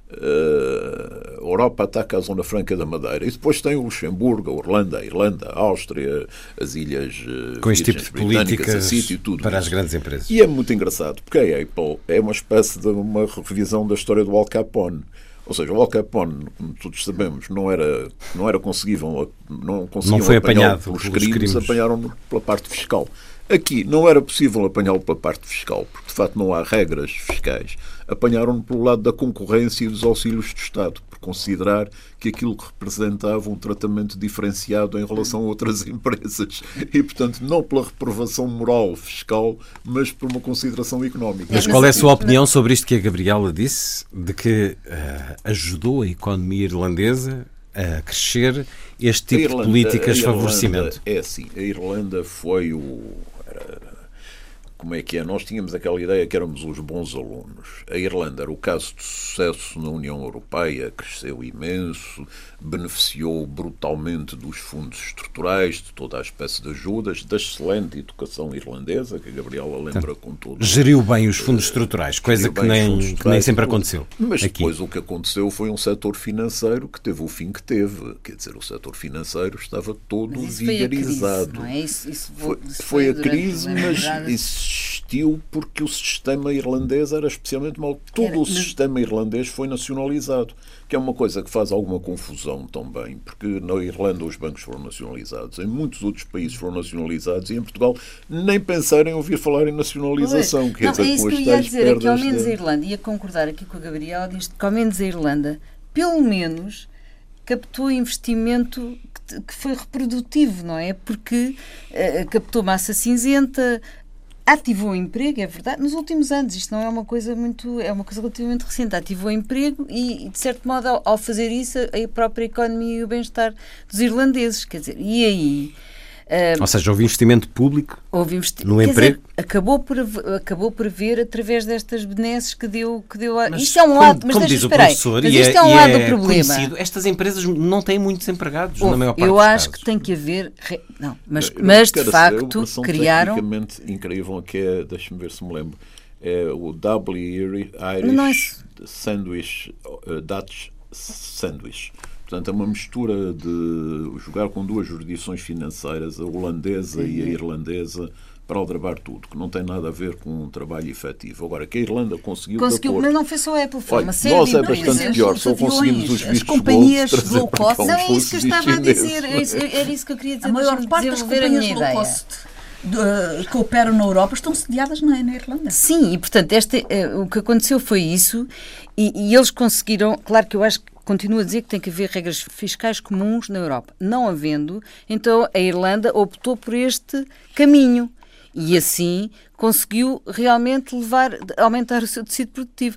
A Europa ataca a Zona Franca da Madeira e depois tem o Luxemburgo, a Irlanda, a Áustria, as ilhas com este tipo de políticas e tudo para isso. As grandes empresas. E é muito engraçado, porque a Apple é uma espécie de uma revisão da história do Al Capone. Ou seja, o Al Capone, como todos sabemos, não foi apanhado pelos crimes, apanharam-no pela parte fiscal. Aqui não era possível apanhá-lo pela parte fiscal, porque de facto não há regras fiscais. Apanharam-no pelo lado da concorrência e dos auxílios do Estado, por considerar que aquilo representava um tratamento diferenciado em relação a outras empresas. E, portanto, não pela reprovação moral fiscal, mas por uma consideração económica. Mas qual é a sua opinião sobre isto que a Gabriela disse, de que ajudou a economia irlandesa a crescer este tipo de políticas de favorecimento? É assim, a Irlanda foi como é que é? Nós tínhamos aquela ideia que éramos os bons alunos. A Irlanda era o caso de sucesso na União Europeia, cresceu imenso, beneficiou brutalmente dos fundos estruturais, de toda a espécie de ajudas, da excelente educação irlandesa, que a Gabriela lembra com todo. Geriu bem os fundos estruturais, coisa que nem sempre aconteceu. Mas aqui. Depois o que aconteceu foi um setor financeiro que teve o fim que teve. Quer dizer, o setor financeiro estava todo vigarizado. Não é? Isso foi a crise, mas existiu porque o sistema irlandês era especialmente mau. Todo o sistema irlandês foi nacionalizado, que é uma coisa que faz alguma confusão também, porque na Irlanda os bancos foram nacionalizados, em muitos outros países foram nacionalizados e em Portugal nem pensar em ouvir falar em nacionalização. Quer dizer, é isso que eu ia dizer, é que ao menos a Irlanda, ia concordar aqui com a Gabriela, diz que ao menos a Irlanda, pelo menos, captou investimento que foi reprodutivo, não é? Porque captou massa cinzenta, ativou o emprego, é verdade, nos últimos anos. Isto não é uma coisa é uma coisa relativamente recente. Ativou o emprego e, de certo modo, ao fazer isso, a própria economia e o bem-estar dos irlandeses. Quer dizer, e aí... Ou seja, houve investimento público no emprego? Dizer, acabou por haver através destas benesses que deu isto é um lado, mas diz o espera aí, professor, mas isto é um lado do problema. Conhecido, estas empresas não têm muitos empregados, na maior parte eu dos acho casos. que tem que haver... Não, mas de facto criaram... Tecnicamente incrível, que é, deixa-me ver se me lembro, é o W Irish Sandwich, Dutch Sandwich. Portanto, é uma mistura de jogar com duas jurisdições financeiras, a holandesa e a irlandesa, para aldrabar tudo, que não tem nada a ver com um trabalho efetivo. Agora, que a Irlanda conseguiu mas não foi só a Apple, foi uma série nós é bastante pior, só conseguimos os vistos as companhias low cost. Não é isso que eu estava a dizer, era isso que eu queria dizer. A maior parte das companhias low cost que operam na Europa estão sediadas na Irlanda. Sim, e portanto, o que aconteceu foi isso, e eles conseguiram, claro que eu acho que continuo a dizer que tem que haver regras fiscais comuns na Europa. Não havendo, então a Irlanda optou por este caminho e assim conseguiu realmente aumentar o seu tecido produtivo.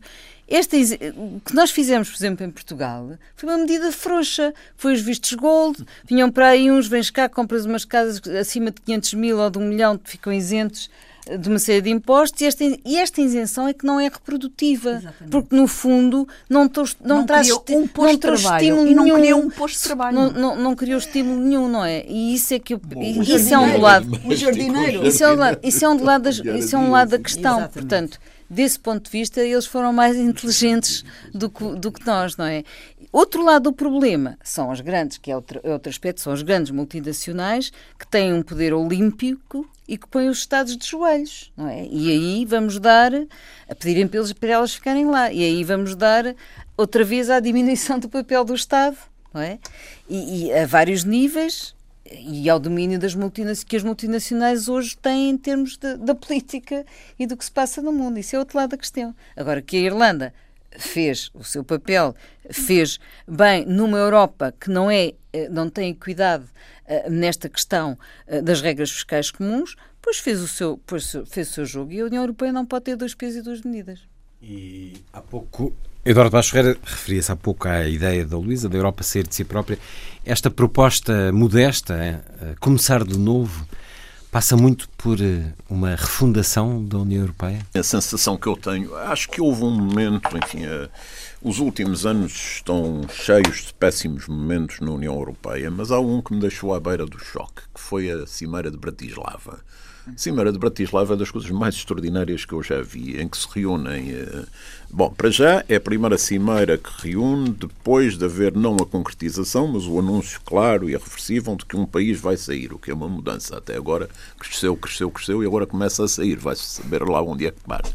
O que nós fizemos, por exemplo, em Portugal, foi uma medida frouxa. Foi os vistos gold, vinham para aí uns, vens cá, compras umas casas acima de 500 mil ou de 1 milhão, que ficam isentos de uma série de impostos, e esta isenção é que não é reprodutiva. Exatamente. Porque no fundo não traz estímulo nenhum. Não criou um posto de trabalho. Não criou estímulo nenhum, não é? E isso é que isso é um do lado. O jardineiro. Isso é um lado da questão. Exatamente. Portanto, desse ponto de vista, eles foram mais inteligentes do que nós, não é? Outro lado do problema são as grandes, que é outro aspecto, são as grandes multinacionais que têm um poder olímpico e que põem os Estados de joelhos, não é? E aí vamos a pedirem para elas ficarem lá, e aí vamos dar outra vez à diminuição do papel do Estado, não é? E a vários níveis, e ao domínio que as multinacionais hoje têm em termos da política e do que se passa no mundo. Isso é outro lado da questão. Agora, que a Irlanda fez o seu papel, fez bem numa Europa que não tem equidade nesta questão das regras fiscais comuns, pois fez o seu jogo, e a União Europeia não pode ter 2 pesos e 2 medidas. E há pouco, Eduardo Paes Ferreira referia-se há pouco à ideia da Luísa, da Europa sair de si própria. Esta proposta modesta, começar de novo, passa muito por uma refundação da União Europeia? A sensação que eu tenho, acho que houve um momento, enfim, os últimos anos estão cheios de péssimos momentos na União Europeia, mas há um que me deixou à beira do choque, que foi a Cimeira de Bratislava. A Cimeira de Bratislava é das coisas mais extraordinárias que eu já vi, em que se reúnem... Bom, para já é a primeira cimeira que reúne depois de haver não a concretização, mas o anúncio claro e irreversível de que um país vai sair, o que é uma mudança. Até agora cresceu e agora começa a sair, vai-se saber lá onde é que para.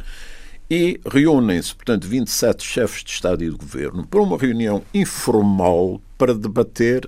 E reúnem-se, portanto, 27 chefes de Estado e de Governo para uma reunião informal para debater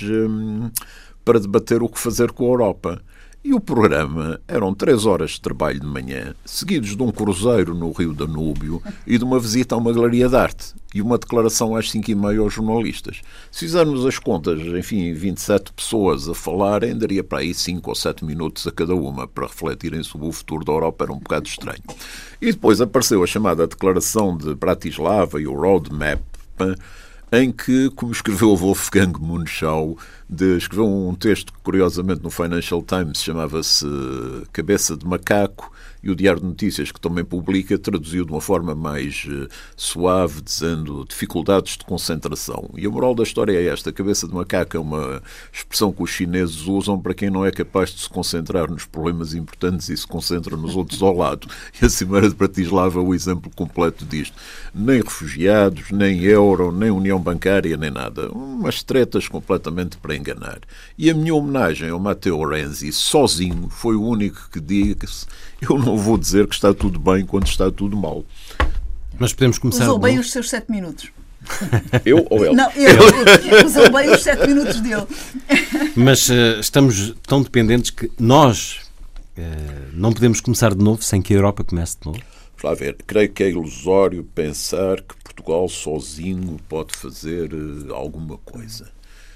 o que fazer com a Europa. E o programa eram 3 horas de trabalho de manhã, seguidos de um cruzeiro no Rio Danúbio e de uma visita a uma galeria de arte e uma declaração às 5h30 aos jornalistas. Se fizermos as contas, enfim, 27 pessoas a falarem, daria para aí 5 ou 7 minutos a cada uma para refletirem sobre o futuro da Europa. Era um bocado estranho. E depois apareceu a chamada Declaração de Bratislava e o Roadmap, em que, como escreveu o Wolfgang Munchau, escreveu um texto que, curiosamente, no Financial Times chamava-se Cabeça de Macaco, e o Diário de Notícias, que também publica, traduziu de uma forma mais suave, dizendo dificuldades de concentração. E a moral da história é esta: cabeça de macaco é uma expressão que os chineses usam para quem não é capaz de se concentrar nos problemas importantes e se concentra nos outros ao lado. E a Cimeira de Bratislava é o exemplo completo disto. Nem refugiados, nem euro, nem união bancária, nem nada. Umas tretas completamente para enganar. E a minha homenagem ao Matteo Renzi, sozinho, foi o único que disse: eu não vou dizer que está tudo bem quando está tudo mal. Mas podemos começar... Usou bem os seus 7 minutos. Eu ou ele? Não, ele usou bem os 7 minutos dele. Mas estamos tão dependentes que nós não podemos começar de novo sem que a Europa comece de novo? Vamos lá ver. Creio que é ilusório pensar que Portugal sozinho pode fazer alguma coisa.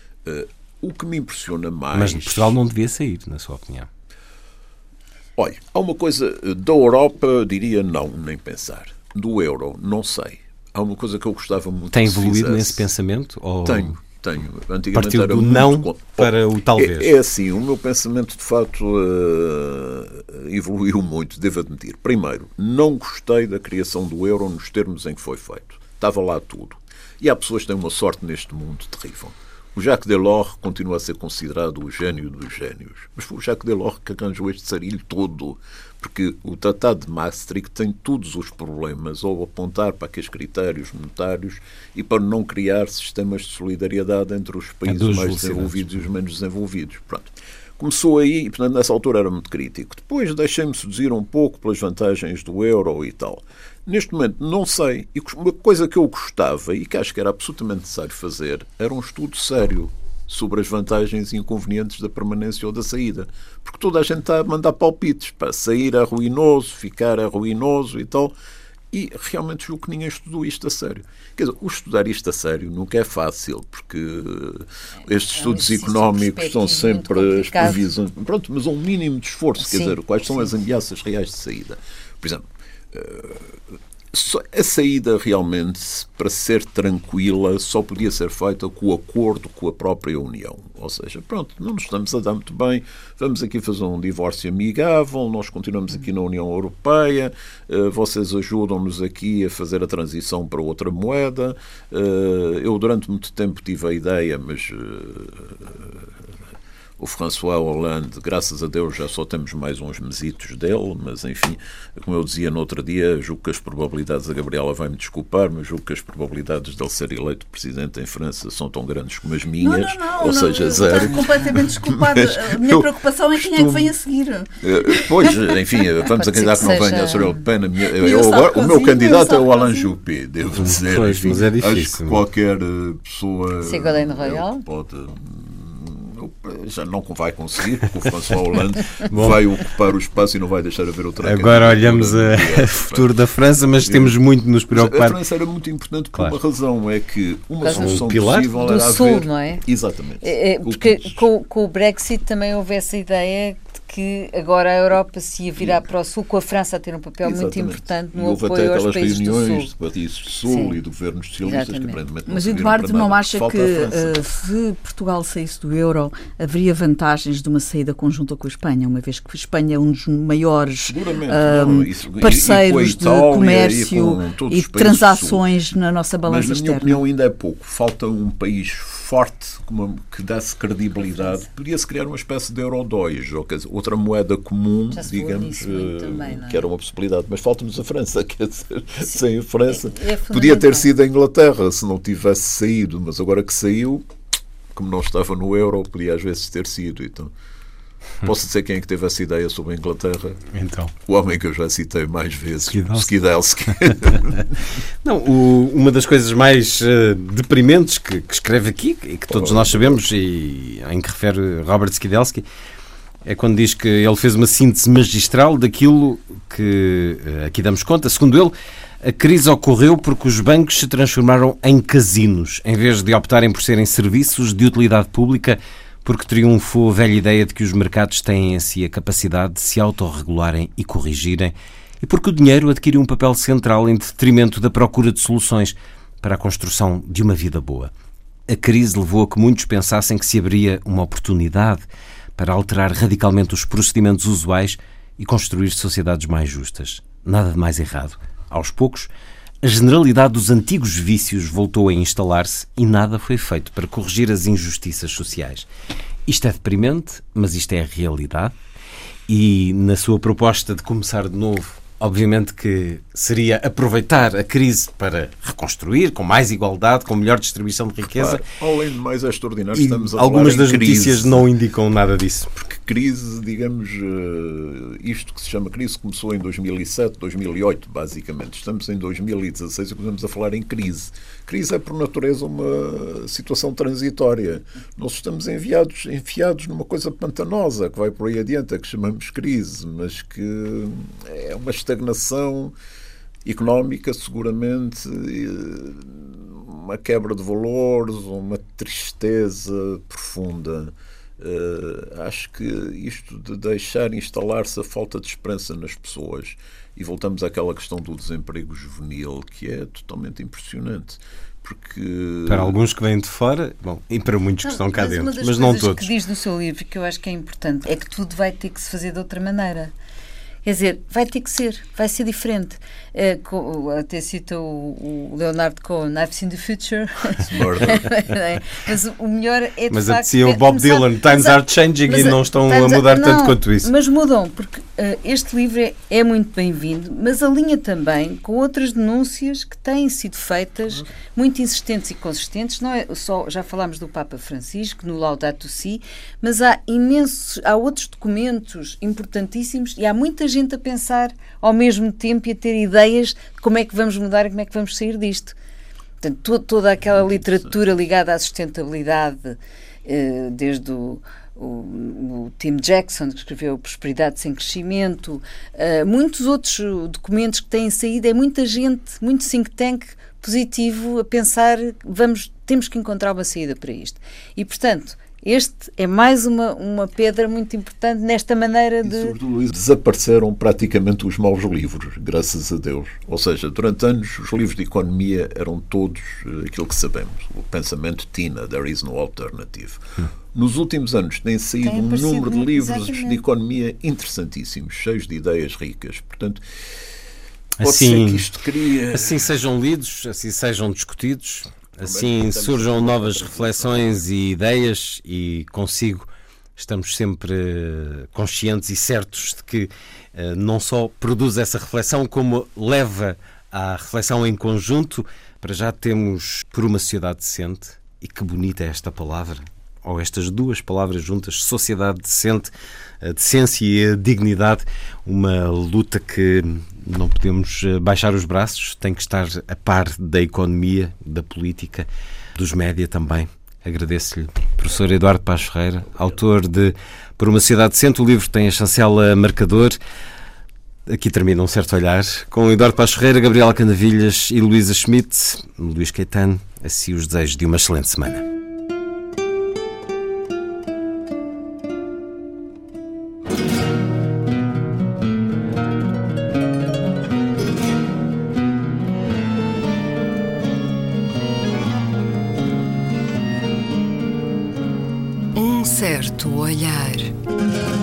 O que me impressiona mais... Mas Portugal não devia sair, na sua opinião? Olha, há uma coisa da Europa, diria não, nem pensar. Do euro, não sei. Há uma coisa que eu gostava muito Tem que se evoluído fizesse. nesse pensamento? Ou... Tenho. Antigamente Partiu era do muito... não para o talvez. É assim, o meu pensamento de facto evoluiu muito, devo admitir. Primeiro, não gostei da criação do euro nos termos em que foi feito. Estava lá tudo. E há pessoas que têm uma sorte neste mundo terrível. O Jacques Delors continua a ser considerado o gênio dos génios. Mas foi o Jacques Delors que arranjou este sarilho todo. Porque o Tratado de Maastricht tem todos os problemas ao apontar para aqueles critérios monetários e para não criar sistemas de solidariedade entre os países mais desenvolvidos e os menos desenvolvidos. Pronto. Começou aí e, portanto, nessa altura era muito crítico. Depois deixei-me seduzir um pouco pelas vantagens do euro e tal. Neste momento, não sei. E uma coisa que eu gostava e que acho que era absolutamente necessário fazer era um estudo sério sobre as vantagens e inconvenientes da permanência ou da saída. Porque toda a gente está a mandar palpites. Para sair é ruinoso, ficar é ruinoso e tal. E realmente julgo que ninguém estudou isto a sério. Quer dizer, o estudar isto a sério nunca é fácil, porque estes estudos económicos são sempre as previsões. Pronto, mas um mínimo de esforço. Quer dizer, quais são as ameaças reais de saída? Por exemplo, a saída realmente, para ser tranquila, só podia ser feita com o acordo com a própria União. Ou seja, pronto, não nos estamos a dar muito bem, vamos aqui fazer um divórcio amigável, nós continuamos aqui na União Europeia, vocês ajudam-nos aqui a fazer a transição para outra moeda. Eu durante muito tempo tive a ideia, mas... o François Hollande, graças a Deus, já só temos mais uns mesitos dele, mas enfim, como eu dizia no outro dia, julgo que as probabilidades, a Gabriela vai-me desculpar, mas julgo que as probabilidades dele ser eleito presidente em França são tão grandes como as minhas, ou seja, zero. Estou completamente desculpada. A minha preocupação é quem é que vem a seguir. Pois, enfim, vamos acreditar que não venha a Soraya Le Pen. O meu candidato é o Alain Juppé, devo dizer. Pois, enfim, mas é difícil. Acho que qualquer pessoa Ségolène Royal pode... já não vai conseguir, porque o François Hollande vai ocupar o espaço e não vai deixar haver outra. Agora olhamos o futuro da França, mas temos muito de nos preocupar. A França era muito importante por uma razão, é que uma solução pilar possível do era Sul, haver... não é? Exatamente. Porque com o Brexit também houve essa ideia de que agora a Europa se ia virar para o Sul, com a França a ter um papel muito importante no apoio aos países do Sul. Houve até aquelas reuniões de países do Sul e do governos socialistas que aparentemente não. Mas Eduardo não acha que se Portugal saísse do euro haveria vantagens de uma saída conjunta com a Espanha, uma vez que a Espanha é um dos maiores parceiros de comércio e de transações na nossa balança externa? Mas, na minha opinião, ainda é pouco. Falta um país forte que desse credibilidade. Podia-se criar uma espécie de Euro 2, ou quer dizer, outra moeda comum, digamos, também, que era uma possibilidade. Mas falta-nos a França, quer dizer, sem a França. Podia ter sido a Inglaterra se não tivesse saído, mas agora que saiu, como não estava no euro, podia às vezes ter sido. Então, posso dizer quem é que teve essa ideia sobre a Inglaterra? Então. O homem que eu já citei mais vezes, Skidelsky. Não, uma das coisas mais deprimentes que escreve aqui, e que todos nós sabemos, e em que refere Robert Skidelsky, é quando diz que ele fez uma síntese magistral daquilo que aqui damos conta. Segundo ele, a crise ocorreu porque os bancos se transformaram em casinos, em vez de optarem por serem serviços de utilidade pública, porque triunfou a velha ideia de que os mercados têm em si a capacidade de se autorregularem e corrigirem, e porque o dinheiro adquiriu um papel central em detrimento da procura de soluções para a construção de uma vida boa. a crise levou a que muitos pensassem que se abria uma oportunidade para alterar radicalmente os procedimentos usuais e construir sociedades mais justas. Nada de mais errado. Aos poucos, a generalidade dos antigos vícios voltou a instalar-se e nada foi feito para corrigir as injustiças sociais. Isto é deprimente, mas isto é a realidade. E na sua proposta de começar de novo, obviamente que seria aproveitar a crise para reconstruir, com mais igualdade, com melhor distribuição de riqueza. Claro, além de mais, é extraordinário. E estamos a algumas falar das em crise. notícias não indicam nada disso. Porque crise, digamos, isto que se chama crise começou em 2007, 2008, basicamente. Estamos em 2016 e começamos a falar em crise. Crise é, por natureza, uma situação transitória. Nós estamos enfiados numa coisa pantanosa que vai por aí adiante, a que chamamos crise, mas que é uma estagnação económica, seguramente, uma quebra de valores, uma tristeza profunda. Acho que isto de deixar instalar-se a falta de esperança nas pessoas, e voltamos àquela questão do desemprego juvenil, que é totalmente impressionante. Porque... Para alguns que vêm de fora, bom, e para muitos que estão cá dentro, mas não todos. Uma das coisas que diz no seu livro, que eu acho que é importante, é que tudo vai ter que se fazer de outra maneira. Quer dizer, vai ter que ser, vai ser diferente. Até cita o Leonard Cohen, I've seen the future. Mas o melhor é de mas facto... Mas o Bob Dylan, times are changing, e não estão a mudar tanto quanto isso. Mas mudam, porque este livro é muito bem-vindo, mas alinha também com outras denúncias que têm sido feitas, muito insistentes e consistentes. Não é só, já falámos do Papa Francisco, no Laudato Si, mas há outros documentos importantíssimos e há muita gente a pensar ao mesmo tempo e a ter ideias de como é que vamos mudar e como é que vamos sair disto. Portanto, toda aquela literatura ligada à sustentabilidade, desde o Tim Jackson, que escreveu Prosperidade Sem Crescimento, muitos outros documentos que têm saído, é muita gente, muito think tank positivo a pensar, temos que encontrar uma saída para isto. E, portanto, este é mais uma pedra muito importante nesta maneira de... E, sobretudo, Luís, desapareceram praticamente os maus livros, graças a Deus. Ou seja, durante anos, os livros de economia eram todos aquilo que sabemos. O pensamento Tina, There is no alternative. Nos últimos anos tem saído um número de livros de economia interessantíssimos, cheios de ideias ricas. Portanto, pode ser que isto cria... Assim sejam lidos, assim sejam discutidos... Assim surjam novas reflexões e ideias, e consigo estamos sempre conscientes e certos de que não só produz essa reflexão, como leva à reflexão em conjunto. Para já temos Por uma Sociedade Decente, e que bonita é esta palavra, ou estas duas palavras juntas, sociedade decente, a decência e a dignidade, uma luta que não podemos baixar os braços, tem que estar a par da economia, da política, dos média também. Agradeço-lhe, professor Eduardo Paz Ferreira, autor de Por uma Sociedade Decente. O livro tem a chancela Marcador. Aqui termina Um Certo Olhar, com Eduardo Paz Ferreira, Gabriela Canavilhas e Luísa Schmidt, Luís Caetano. Assim os desejos de uma excelente semana. Um certo olhar.